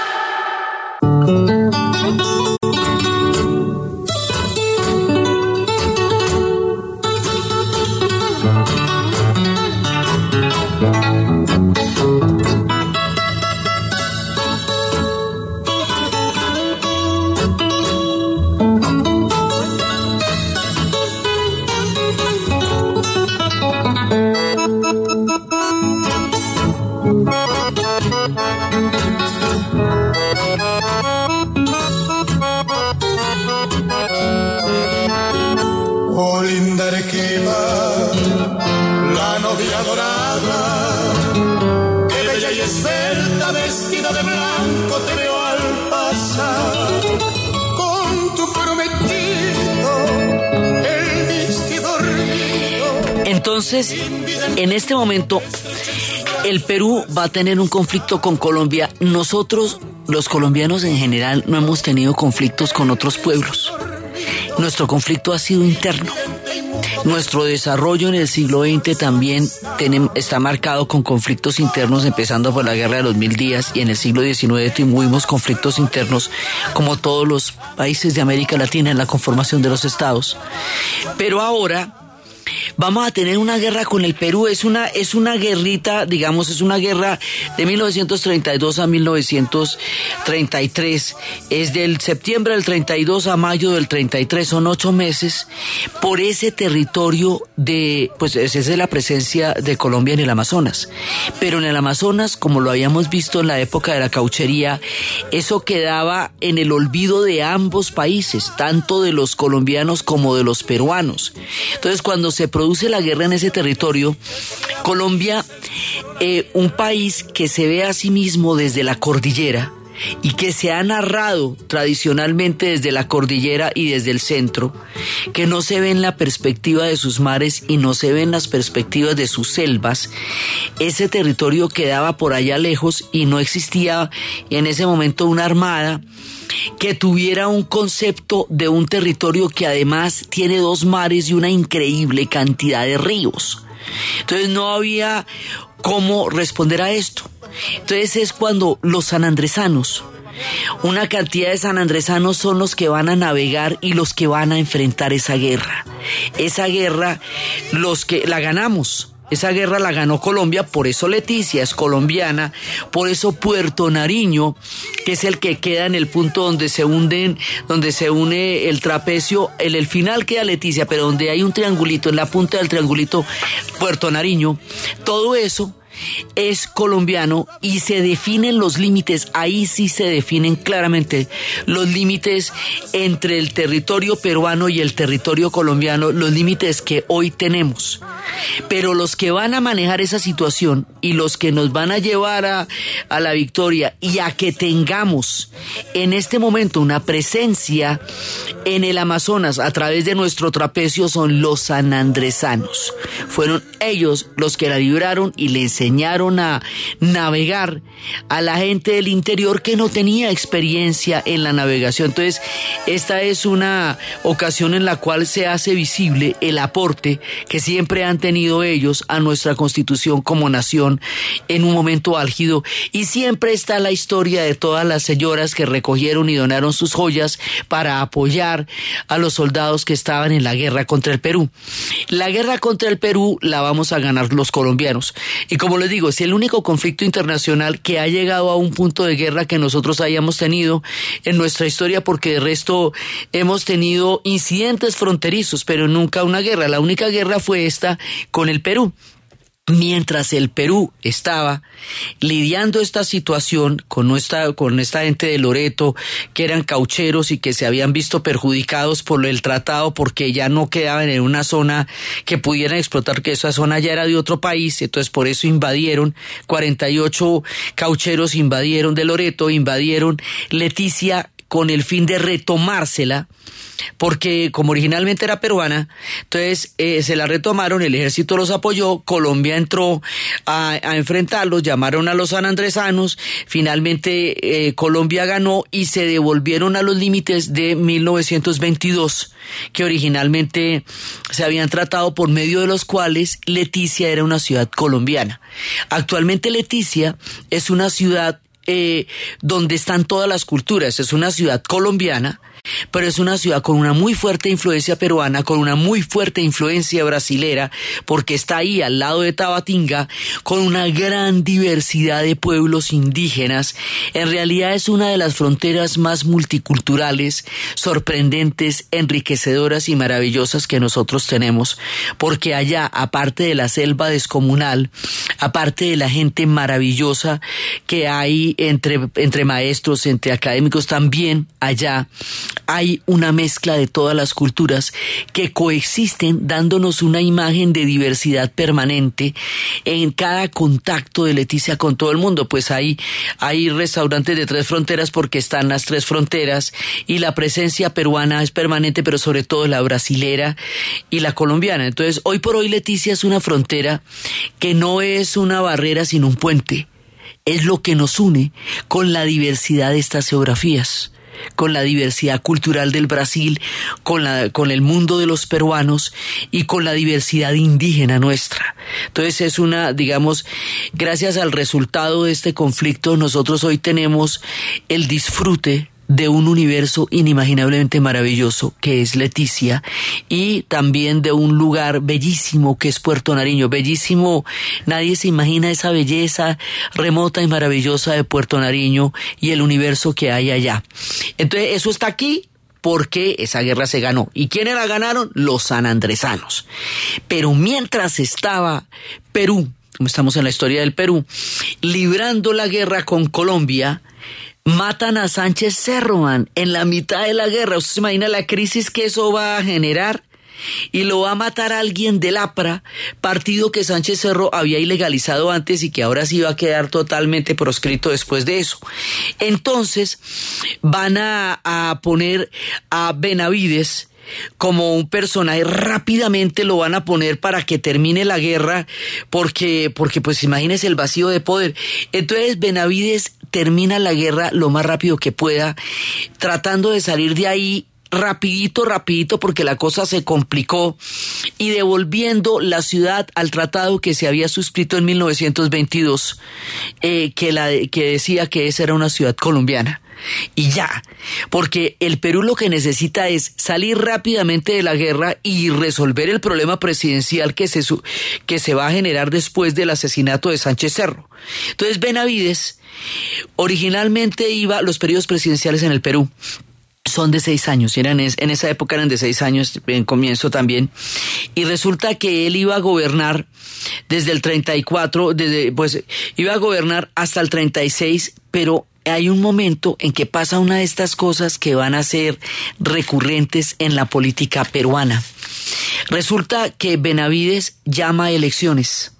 Oh, linda Arequipa, la novia dorada, que bella y esbelta, vestida de blanco, te veo al pasar, con tu prometido, el viste dormido. Entonces, en este momento, el Perú va a tener un conflicto con Colombia. Nosotros, los colombianos en general, no hemos tenido conflictos con otros pueblos. Nuestro conflicto ha sido interno. Nuestro desarrollo en el siglo veinte también tenemos, está marcado con conflictos internos, empezando por la Guerra de los Mil Días, y en el siglo diecinueve tuvimos conflictos internos como todos los países de América Latina en la conformación de los estados. Pero ahora vamos a tener una guerra con el Perú. Es una, es una guerrita, digamos, es una guerra de mil novecientos treinta y dos a mil novecientos treinta y tres. Es del septiembre del treinta y dos a mayo del treinta y tres. Son ocho meses por ese territorio de, pues esa es la presencia de Colombia en el Amazonas. Pero en el Amazonas, como lo habíamos visto en la época de la cauchería, eso quedaba en el olvido de ambos países, tanto de los colombianos como de los peruanos. Entonces, cuando se produce la guerra en ese territorio, Colombia, eh, un país que se ve a sí mismo desde la cordillera y que se ha narrado tradicionalmente desde la cordillera y desde el centro, que no se ve en la perspectiva de sus mares y no se ve en las perspectivas de sus selvas. Ese territorio quedaba por allá lejos y no existía en ese momento una armada que tuviera un concepto de un territorio que además tiene dos mares y una increíble cantidad de ríos. Entonces no había cómo responder a esto. Entonces es cuando los sanandresanos, una cantidad de sanandresanos son los que van a navegar y los que van a enfrentar esa guerra. Esa guerra, los que la ganamos. Esa guerra la ganó Colombia, por eso Leticia es colombiana, por eso Puerto Nariño, que es el que queda en el punto donde se hunden, donde se une el trapecio, en el final queda Leticia, pero donde hay un triangulito, en la punta del triangulito, Puerto Nariño, todo eso es colombiano y se definen los límites, ahí sí se definen claramente los límites entre el territorio peruano y el territorio colombiano, los límites que hoy tenemos. Pero los que van a manejar esa situación y los que nos van a llevar a, a la victoria y a que tengamos en este momento una presencia en el Amazonas a través de nuestro trapecio son los sanandresanos. Fueron ellos los que la libraron y le enseñaron a navegar a la gente del interior que no tenía experiencia en la navegación. Entonces, esta es una ocasión en la cual se hace visible el aporte que siempre han tenido ellos a nuestra Constitución como nación en un momento álgido, y siempre está la historia de todas las señoras que recogieron y donaron sus joyas para apoyar liberar a los soldados que estaban en la guerra contra el Perú. La guerra contra el Perú la vamos a ganar los colombianos. Y como les digo, es el único conflicto internacional que ha llegado a un punto de guerra que nosotros hayamos tenido en nuestra historia, porque de resto hemos tenido incidentes fronterizos, pero nunca una guerra. La única guerra fue esta con el Perú. Mientras el Perú estaba lidiando esta situación con esta, con esta gente de Loreto, que eran caucheros y que se habían visto perjudicados por el tratado porque ya no quedaban en una zona que pudieran explotar, que esa zona ya era de otro país, entonces por eso invadieron, cuarenta y ocho caucheros invadieron de Loreto, invadieron Leticia con el fin de retomársela, porque como originalmente era peruana, entonces eh, se la retomaron, el ejército los apoyó, Colombia entró a, a enfrentarlos, llamaron a los sanandresanos, finalmente eh, Colombia ganó y se devolvieron a los límites de mil novecientos veintidós, que originalmente se habían tratado, por medio de los cuales Leticia era una ciudad colombiana. Actualmente Leticia es una ciudad Eh, donde están todas las culturas, es una ciudad colombiana, pero es una ciudad con una muy fuerte influencia peruana, con una muy fuerte influencia brasilera, porque está ahí al lado de Tabatinga, con una gran diversidad de pueblos indígenas. En realidad es una de las fronteras más multiculturales, sorprendentes, enriquecedoras y maravillosas que nosotros tenemos, porque allá, aparte de la selva descomunal, aparte de la gente maravillosa que hay entre, entre maestros, entre académicos, también allá hay una mezcla de todas las culturas que coexisten, dándonos una imagen de diversidad permanente en cada contacto de Leticia con todo el mundo. Pues hay, hay restaurantes de tres fronteras porque están las tres fronteras, y la presencia peruana es permanente, pero sobre todo la brasilera y la colombiana. Entonces, hoy por hoy Leticia es una frontera que no es una barrera sino un puente. Es lo que nos une con la diversidad de estas geografías, con la diversidad cultural del Brasil, con la, con el mundo de los peruanos y con la diversidad indígena nuestra. Entonces es una, digamos, gracias al resultado de este conflicto, nosotros hoy tenemos el disfrute de un universo inimaginablemente maravilloso que es Leticia, y también de un lugar bellísimo que es Puerto Nariño. Bellísimo, nadie se imagina esa belleza remota y maravillosa de Puerto Nariño y el universo que hay allá. Entonces eso está aquí porque esa guerra se ganó. ¿Y quiénes la ganaron? Los sanandresanos. Pero mientras estaba Perú, como estamos en la historia del Perú, librando la guerra con Colombia, matan a Sánchez Cerro, man, en la mitad de la guerra. ¿Usted se imagina la crisis que eso va a generar? Y lo va a matar a alguien del A P R A, partido que Sánchez Cerro había ilegalizado antes y que ahora sí va a quedar totalmente proscrito después de eso. Entonces van a, a poner a Benavides como un personaje, rápidamente lo van a poner para que termine la guerra, porque, porque pues imagínese el vacío de poder. Entonces Benavides termina la guerra lo más rápido que pueda, tratando de salir de ahí rapidito, rapidito, porque la cosa se complicó, y devolviendo la ciudad al tratado que se había suscrito en mil novecientos veintidós, eh, que, la, que decía que esa era una ciudad colombiana. Y ya, porque el Perú lo que necesita es salir rápidamente de la guerra y resolver el problema presidencial que se, que se va a generar después del asesinato de Sánchez Cerro. Entonces Benavides originalmente iba, los periodos presidenciales en el Perú son de seis años, eran en esa época eran de seis años, en comienzo también, y resulta que él iba a gobernar desde el treinta y cuatro, desde, pues iba a gobernar hasta el treinta y seis, pero hay un momento en que pasa una de estas cosas que van a ser recurrentes en la política peruana. Resulta que Benavides llama a elecciones.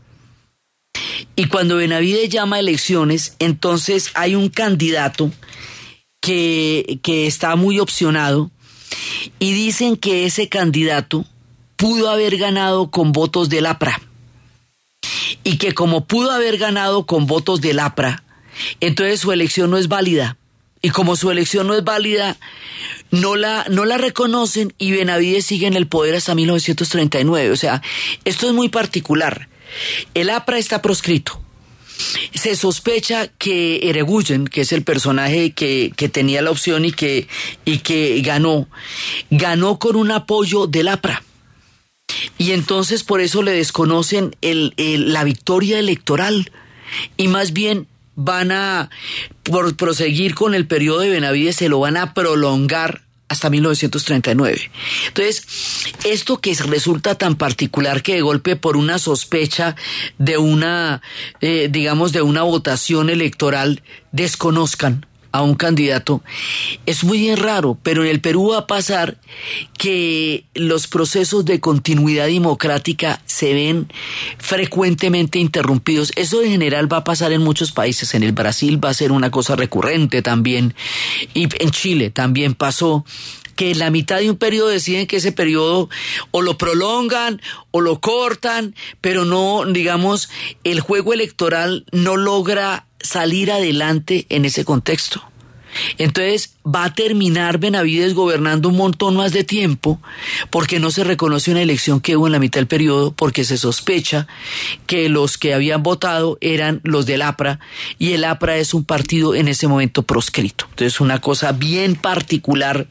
Y cuando Benavides llama a elecciones, entonces hay un candidato que, que está muy opcionado, y dicen que ese candidato pudo haber ganado con votos del A P R A. Y que como pudo haber ganado con votos del A P R A, entonces su elección no es válida, y como su elección no es válida, no la, no la reconocen, y Benavides sigue en el poder hasta mil novecientos treinta y nueve. O sea, esto es muy particular. El A P R A está proscrito, se sospecha que Ereguyen, que es el personaje que, que tenía la opción y que, y que ganó, ganó con un apoyo del APRA. Y entonces por eso le desconocen el, el, la victoria electoral y más bien van a por proseguir con el periodo de Benavides, se lo van a prolongar hasta mil novecientos treinta y nueve. Entonces, esto que resulta tan particular que de golpe por una sospecha de una, eh, digamos, de una votación electoral desconozcan a un candidato, es muy bien raro, pero en el Perú va a pasar que los procesos de continuidad democrática se ven frecuentemente interrumpidos. Eso en general va a pasar en muchos países. En el Brasil va a ser una cosa recurrente también, y en Chile también pasó, que en la mitad de un periodo deciden que ese periodo o lo prolongan o lo cortan, pero no, digamos, el juego electoral no logra salir adelante en ese contexto. Entonces va a terminar Benavides gobernando un montón más de tiempo porque no se reconoce una elección que hubo en la mitad del periodo, porque se sospecha que los que habían votado eran los del APRA y el APRA es un partido en ese momento proscrito. Entonces una cosa bien particular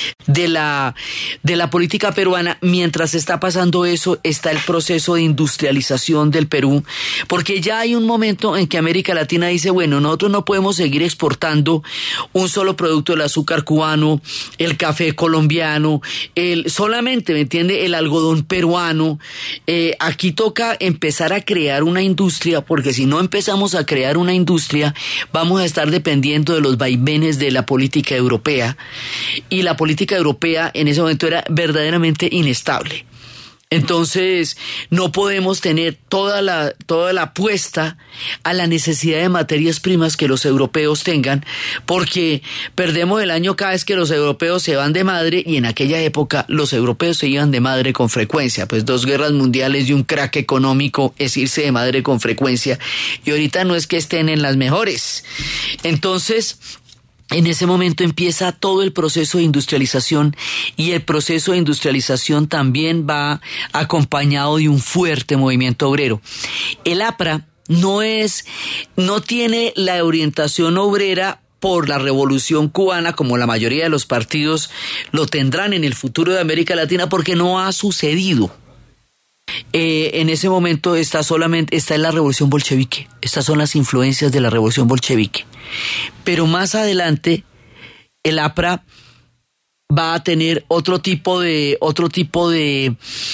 de la, de la política peruana. Mientras está pasando eso, está el proceso de industrialización del Perú, porque ya hay un momento en que América Latina dice, bueno, nosotros no podemos seguir exportando un solo producto, el azúcar cubano, el café colombiano, el solamente, ¿me entiende?, el algodón peruano. Eh, aquí toca empezar a crear una industria, porque si no empezamos a crear una industria, vamos a estar dependiendo de los vaivenes de la política europea, y la política europea en ese momento era verdaderamente inestable. Entonces, no podemos tener toda la, toda la apuesta a la necesidad de materias primas que los europeos tengan, porque perdemos el año cada vez que los europeos se van de madre, y en aquella época los europeos se iban de madre con frecuencia, pues dos guerras mundiales y un crack económico es irse de madre con frecuencia, y ahorita no es que estén en las mejores. Entonces, en ese momento empieza todo el proceso de industrialización, y el proceso de industrialización también va acompañado de un fuerte movimiento obrero. El APRA no es, no tiene la orientación obrera por la Revolución Cubana, como la mayoría de los partidos lo tendrán en el futuro de América Latina, porque no ha sucedido. Eh, en ese momento está solamente está en la revolución bolchevique. Estas son las influencias de la revolución bolchevique. Pero más adelante el APRA va a tener otro tipo de otro tipo de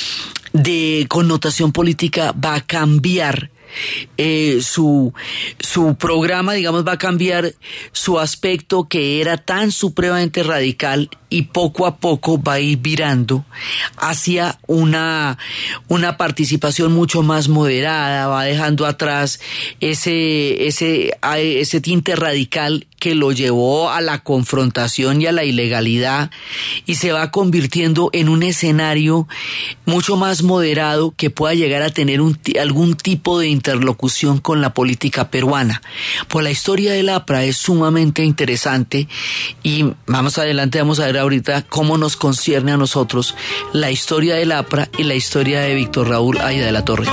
de connotación política, va a cambiar eh, su su programa, digamos, va a cambiar su aspecto, que era tan supremamente radical, y poco a poco va a ir virando hacia una, una participación mucho más moderada, va dejando atrás ese, ese, ese tinte radical que lo llevó a la confrontación y a la ilegalidad, y se va convirtiendo en un escenario mucho más moderado que pueda llegar a tener un, algún tipo de interlocución con la política peruana. Pues la historia del APRA es sumamente interesante, y más adelante vamos a ver ahorita cómo nos concierne a nosotros la historia del APRA y la historia de Víctor Raúl Ayda de la Torre.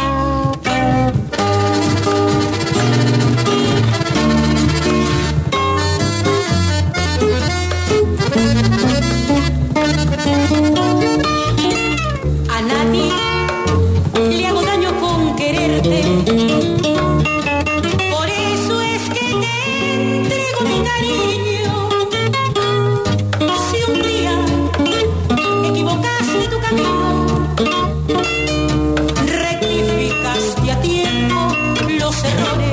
A nadie le hago daño con quererte. Por eso es que te entrego mi cariño. Si un día equivocaste tu camino, rectificaste a tiempo los errores.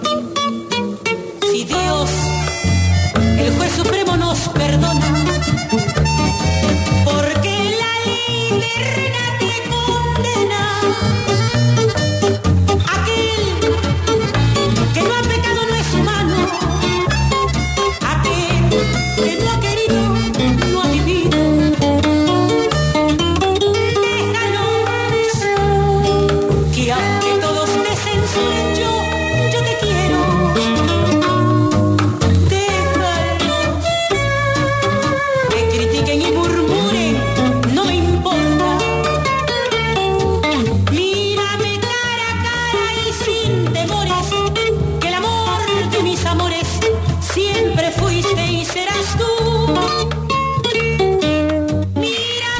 Si Dios, el juez supremo, nos perdona,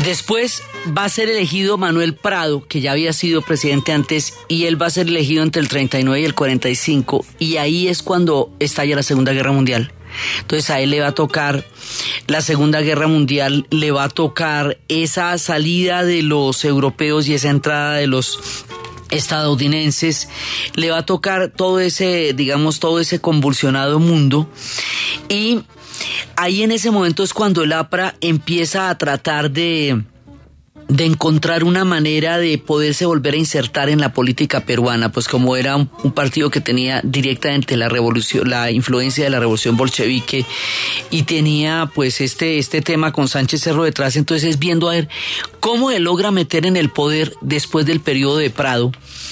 Después va a ser elegido Manuel Prado, que ya había sido presidente antes, y él va a ser elegido entre el treinta y nueve y el cuarenta y cinco, y ahí es cuando estalla la Segunda Guerra Mundial. Entonces a él le va a tocar la Segunda Guerra Mundial, le va a tocar esa salida de los europeos y esa entrada de los estadounidenses, le va a tocar todo ese, digamos, todo ese convulsionado mundo, y ahí en ese momento es cuando el APRA empieza a tratar de, de encontrar una manera de poderse volver a insertar en la política peruana, pues como era un, un partido que tenía directamente la revolución, la influencia de la revolución bolchevique, y tenía pues este, este tema con Sánchez Cerro detrás, entonces es viendo a ver cómo él logra meter en el poder después del periodo de Prado.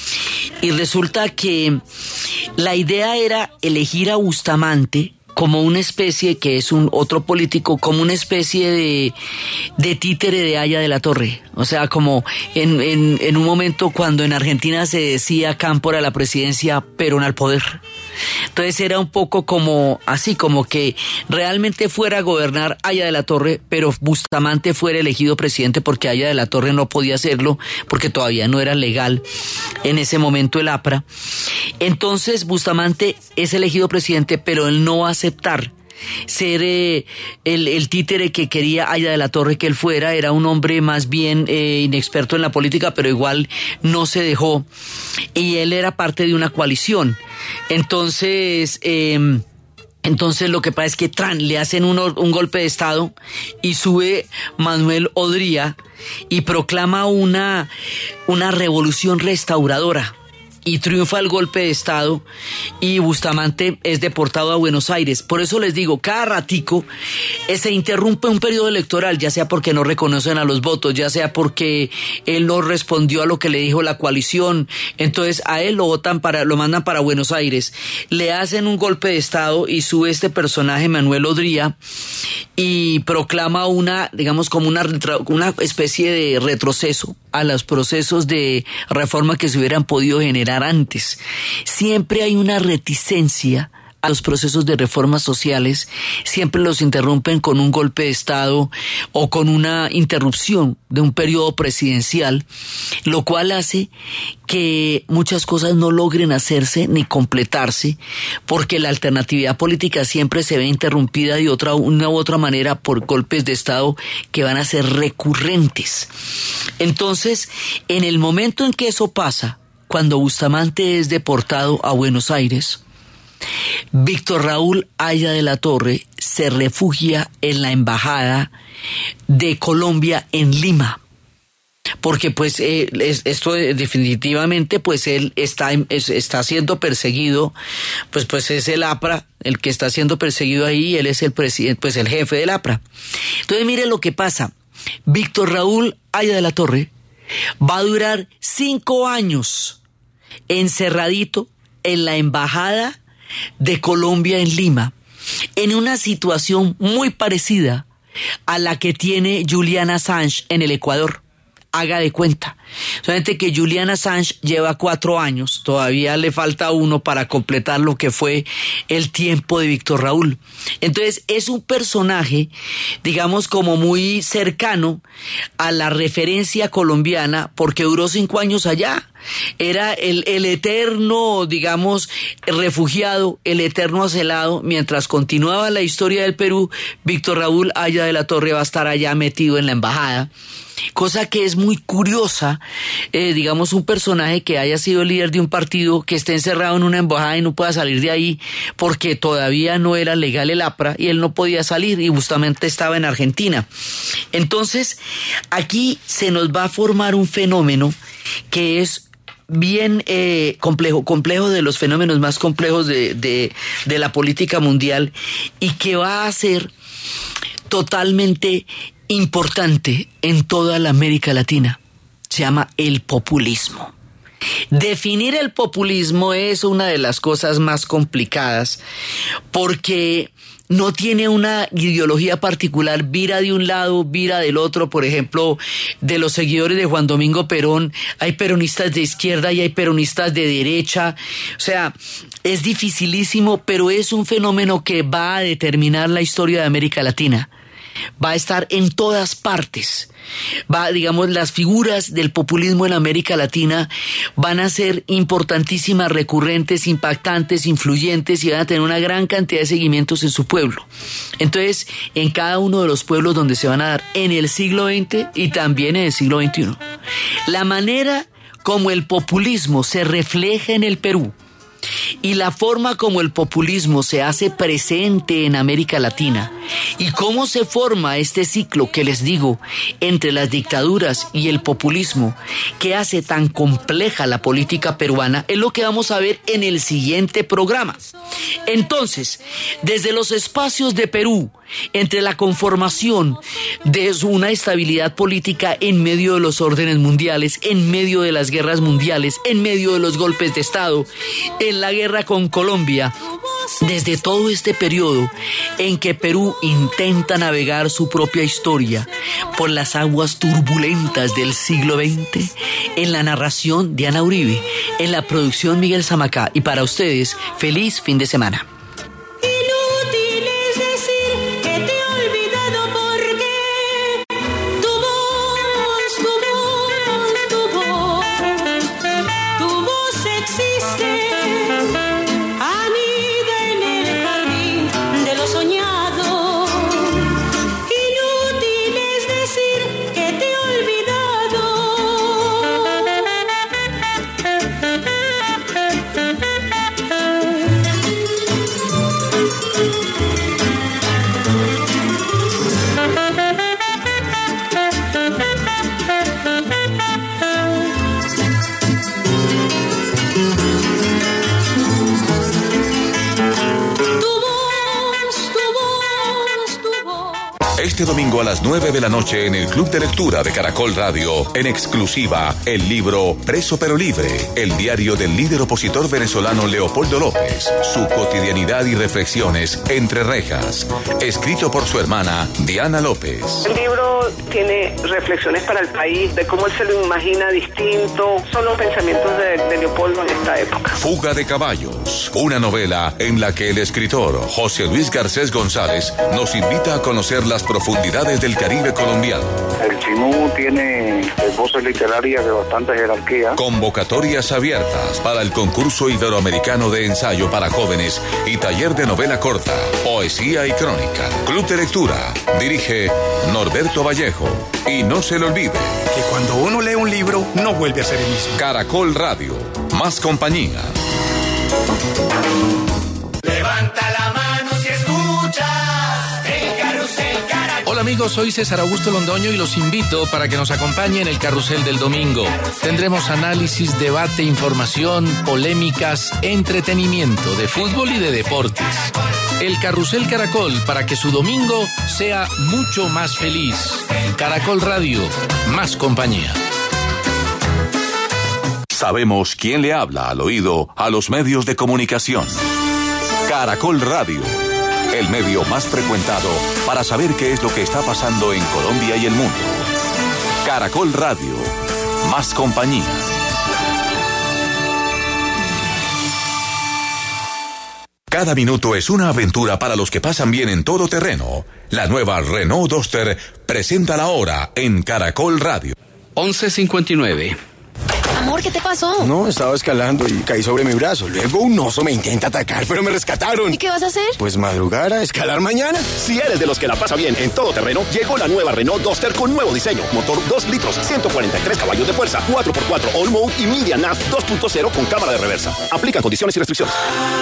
Y resulta que la idea era elegir a Bustamante como una especie, que es un otro político, como una especie de, de títere de Haya de la Torre. O sea, como en, en, en un momento cuando en Argentina se decía Cámpora a la presidencia, Perón al poder. Entonces era un poco como así, como que realmente fuera a gobernar Haya de la Torre, pero Bustamante fuera elegido presidente, porque Haya de la Torre no podía hacerlo, porque todavía no era legal en ese momento el APRA. Entonces Bustamante es elegido presidente, pero él no va a aceptar ser eh, el, el títere que quería Haya de la Torre que él fuera. Era un hombre más bien eh, inexperto en la política, pero igual no se dejó, y él era parte de una coalición. Entonces eh, entonces lo que pasa es que tran, le hacen un, un golpe de estado, y sube Manuel Odría y proclama una, una revolución restauradora, y triunfa el golpe de estado, y Bustamante es deportado a Buenos Aires. Por eso les digo, cada ratico eh, se interrumpe un periodo electoral, ya sea porque no reconocen a los votos, ya sea porque él no respondió a lo que le dijo la coalición. Entonces a él lo votan para, lo mandan para Buenos Aires, le hacen un golpe de estado, y sube este personaje Manuel Odría y proclama una, digamos, como una, una especie de retroceso a los procesos de reforma que se hubieran podido generar antes. Siempre hay una reticencia a los procesos de reformas sociales, siempre los interrumpen con un golpe de estado o con una interrupción de un periodo presidencial, lo cual hace que muchas cosas no logren hacerse ni completarse, porque la alternatividad política siempre se ve interrumpida de otra, una u otra manera por golpes de estado que van a ser recurrentes. Entonces, en el momento en que eso pasa, cuando Bustamante es deportado a Buenos Aires, Víctor Raúl Haya de la Torre se refugia en la embajada de Colombia en Lima, porque pues eh, esto definitivamente pues él está, está siendo perseguido, pues pues es el APRA el que está siendo perseguido ahí, él es el presidente, pues el jefe del APRA. Entonces mire lo que pasa, Víctor Raúl Haya de la Torre va a durar cinco años encerradito en la embajada de Colombia en Lima, en una situación muy parecida a la que tiene Julian Assange en el Ecuador. Haga de cuenta. Solamente que Julian Assange lleva cuatro años, todavía le falta uno para completar lo que fue el tiempo de Víctor Raúl. Entonces es un personaje, digamos, como muy cercano a la referencia colombiana, porque duró cinco años allá. Era el, el eterno, digamos, refugiado, el eterno acelado. Mientras continuaba la historia del Perú, Víctor Raúl Haya de la Torre va a estar allá metido en la embajada. Cosa que es muy curiosa, eh, digamos, un personaje que haya sido líder de un partido, que esté encerrado en una embajada y no pueda salir de ahí porque todavía no era legal el APRA y él no podía salir, y justamente estaba en Argentina. Entonces, aquí se nos va a formar un fenómeno que es bien eh, complejo, complejo de los fenómenos más complejos de, de, de la política mundial, y que va a ser totalmente importante en toda la América Latina. Se llama el populismo. Definir el populismo es una de las cosas más complicadas, porque no tiene una ideología particular, vira de un lado, vira del otro. Por ejemplo, de los seguidores de Juan Domingo Perón, hay peronistas de izquierda y hay peronistas de derecha. O sea, es dificilísimo, pero es un fenómeno que va a determinar la historia de América Latina. va a estar en todas partes. Va, digamos, las figuras del populismo en América Latina van a ser importantísimas, recurrentes, impactantes, influyentes y van a tener una gran cantidad de seguimientos en su pueblo. Entonces, en cada uno de los pueblos donde se van a dar en el siglo veinte y también en el siglo veintiuno. La manera como el populismo se refleja en el Perú y la forma como el populismo se hace presente en América Latina y cómo se forma este ciclo que les digo entre las dictaduras y el populismo que hace tan compleja la política peruana es lo que vamos a ver en el siguiente programa. Entonces, desde los espacios de Perú, entre la conformación de una estabilidad política en medio de los órdenes mundiales, en medio de las guerras mundiales, en medio de los golpes de Estado, en la guerra con Colombia, desde todo este periodo en que Perú intenta navegar su propia historia por las aguas turbulentas del siglo veinte, en la narración Diana Uribe, en la producción Miguel Zamacá, y para ustedes, feliz fin de semana. Este domingo a las nueve de la noche en el Club de Lectura de Caracol Radio, en exclusiva, el libro Preso pero Libre, el diario del líder opositor venezolano Leopoldo López, su cotidianidad y reflexiones entre rejas, escrito por su hermana Diana López. El libro tiene reflexiones para el país, de cómo él se lo imagina distinto, son los pensamientos de, de Leopoldo en esta época. Fuga de caballos, una novela en la que el escritor José Luis Garcés González nos invita a conocer las profundidades del Caribe colombiano. El Chinú tiene voces literarias de bastante jerarquía. Convocatorias abiertas para el concurso iberoamericano de ensayo para jóvenes y taller de novela corta, poesía y crónica. Club de Lectura, dirige Norberto Vallejo. Y no se le olvide que cuando uno lee un libro no vuelve a ser el mismo. Caracol Radio, más compañía. Levanta la mano si escuchas el carrusel Caracol. Hola amigos, soy César Augusto Londoño y los invito para que nos acompañen en el Carrusel del Domingo. Tendremos análisis, debate, información, polémicas, entretenimiento de fútbol y de deportes. El Carrusel Caracol, para que su domingo sea mucho más feliz. Caracol Radio, más compañía. Sabemos quién le habla al oído a los medios de comunicación. Caracol Radio, el medio más frecuentado para saber qué es lo que está pasando en Colombia y el mundo. Caracol Radio, más compañía. Cada minuto es una aventura para los que pasan bien en todo terreno. La nueva Renault Duster presenta la hora en Caracol Radio. once cincuenta y nueve. Amor, ¿qué te pasó? No, estaba escalando y caí sobre mi brazo. Luego un oso me intenta atacar, pero me rescataron. ¿Y qué vas a hacer? Pues madrugar a escalar mañana. Si eres de los que la pasa bien en todo terreno, llegó la nueva Renault Duster con nuevo diseño. Motor dos litros, ciento cuarenta y tres caballos de fuerza, cuatro por cuatro All Mode y Media Nav dos punto cero con cámara de reversa. Aplican condiciones y restricciones.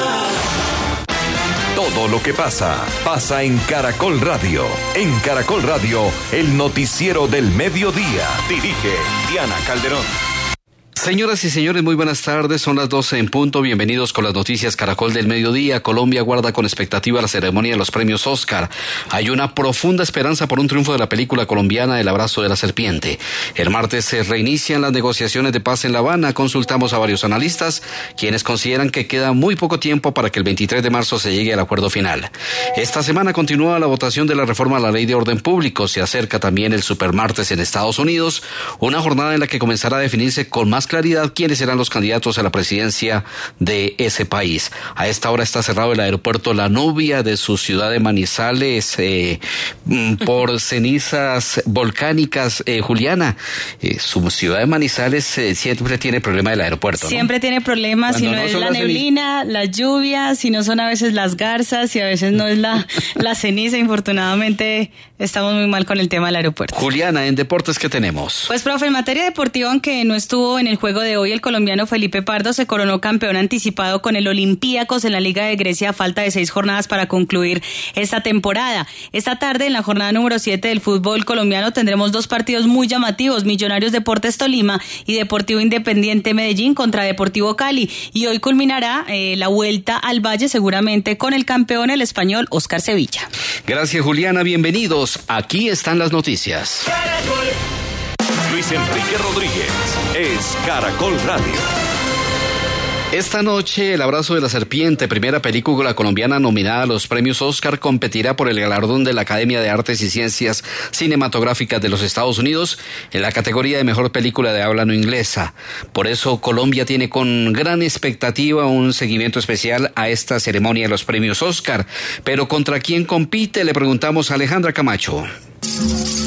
Todo lo que pasa, pasa en Caracol Radio. En Caracol Radio, el noticiero del mediodía. Dirige Diana Calderón. Señoras y señores, muy buenas tardes, son las doce en punto, bienvenidos con las noticias Caracol del Mediodía. Colombia guarda con expectativa la ceremonia de los premios Oscar. Hay una profunda esperanza por un triunfo de la película colombiana El abrazo de la serpiente. El martes se reinician las negociaciones de paz en La Habana. Consultamos a varios analistas, quienes consideran que queda muy poco tiempo para que el veintitrés de marzo se llegue al acuerdo final. Esta semana continúa la votación de la reforma a la Ley de Orden Público. Se acerca también el supermartes en Estados Unidos, una jornada en la que comenzará a definirse con más claridad quiénes serán los candidatos a la presidencia de ese país. A esta hora está cerrado el aeropuerto La Nubia de su ciudad de Manizales eh, por cenizas volcánicas. Eh, Juliana, eh, su ciudad de Manizales eh, siempre tiene problema del aeropuerto, ¿no? Siempre tiene problemas, si no, no es la neblina, las lluvias, si no son a veces las garzas, y a veces no es la, la ceniza. Infortunadamente estamos muy mal con el tema del aeropuerto. Juliana, en deportes, ¿qué tenemos? Pues, profe, en materia deportiva, aunque no estuvo en el juego de hoy, el colombiano Felipe Pardo se coronó campeón anticipado con el Olympiacos en la Liga de Grecia a falta de seis jornadas para concluir esta temporada. Esta tarde, en la jornada número siete del fútbol colombiano, tendremos dos partidos muy llamativos: Millonarios Deportes Tolima y Deportivo Independiente Medellín contra Deportivo Cali. Y hoy culminará eh, la vuelta al Valle, seguramente con el campeón, el español Oscar Sevilla. Gracias, Juliana, bienvenidos. Aquí están las noticias. Luis Enrique Rodríguez es Caracol Radio. Esta noche, El abrazo de la serpiente, primera película colombiana nominada a los premios Oscar, competirá por el galardón de la Academia de Artes y Ciencias Cinematográficas de los Estados Unidos en la categoría de mejor película de habla no inglesa. Por eso, Colombia tiene con gran expectativa un seguimiento especial a esta ceremonia de los premios Oscar. Pero ¿contra quién compite? Le preguntamos a Alejandra Camacho.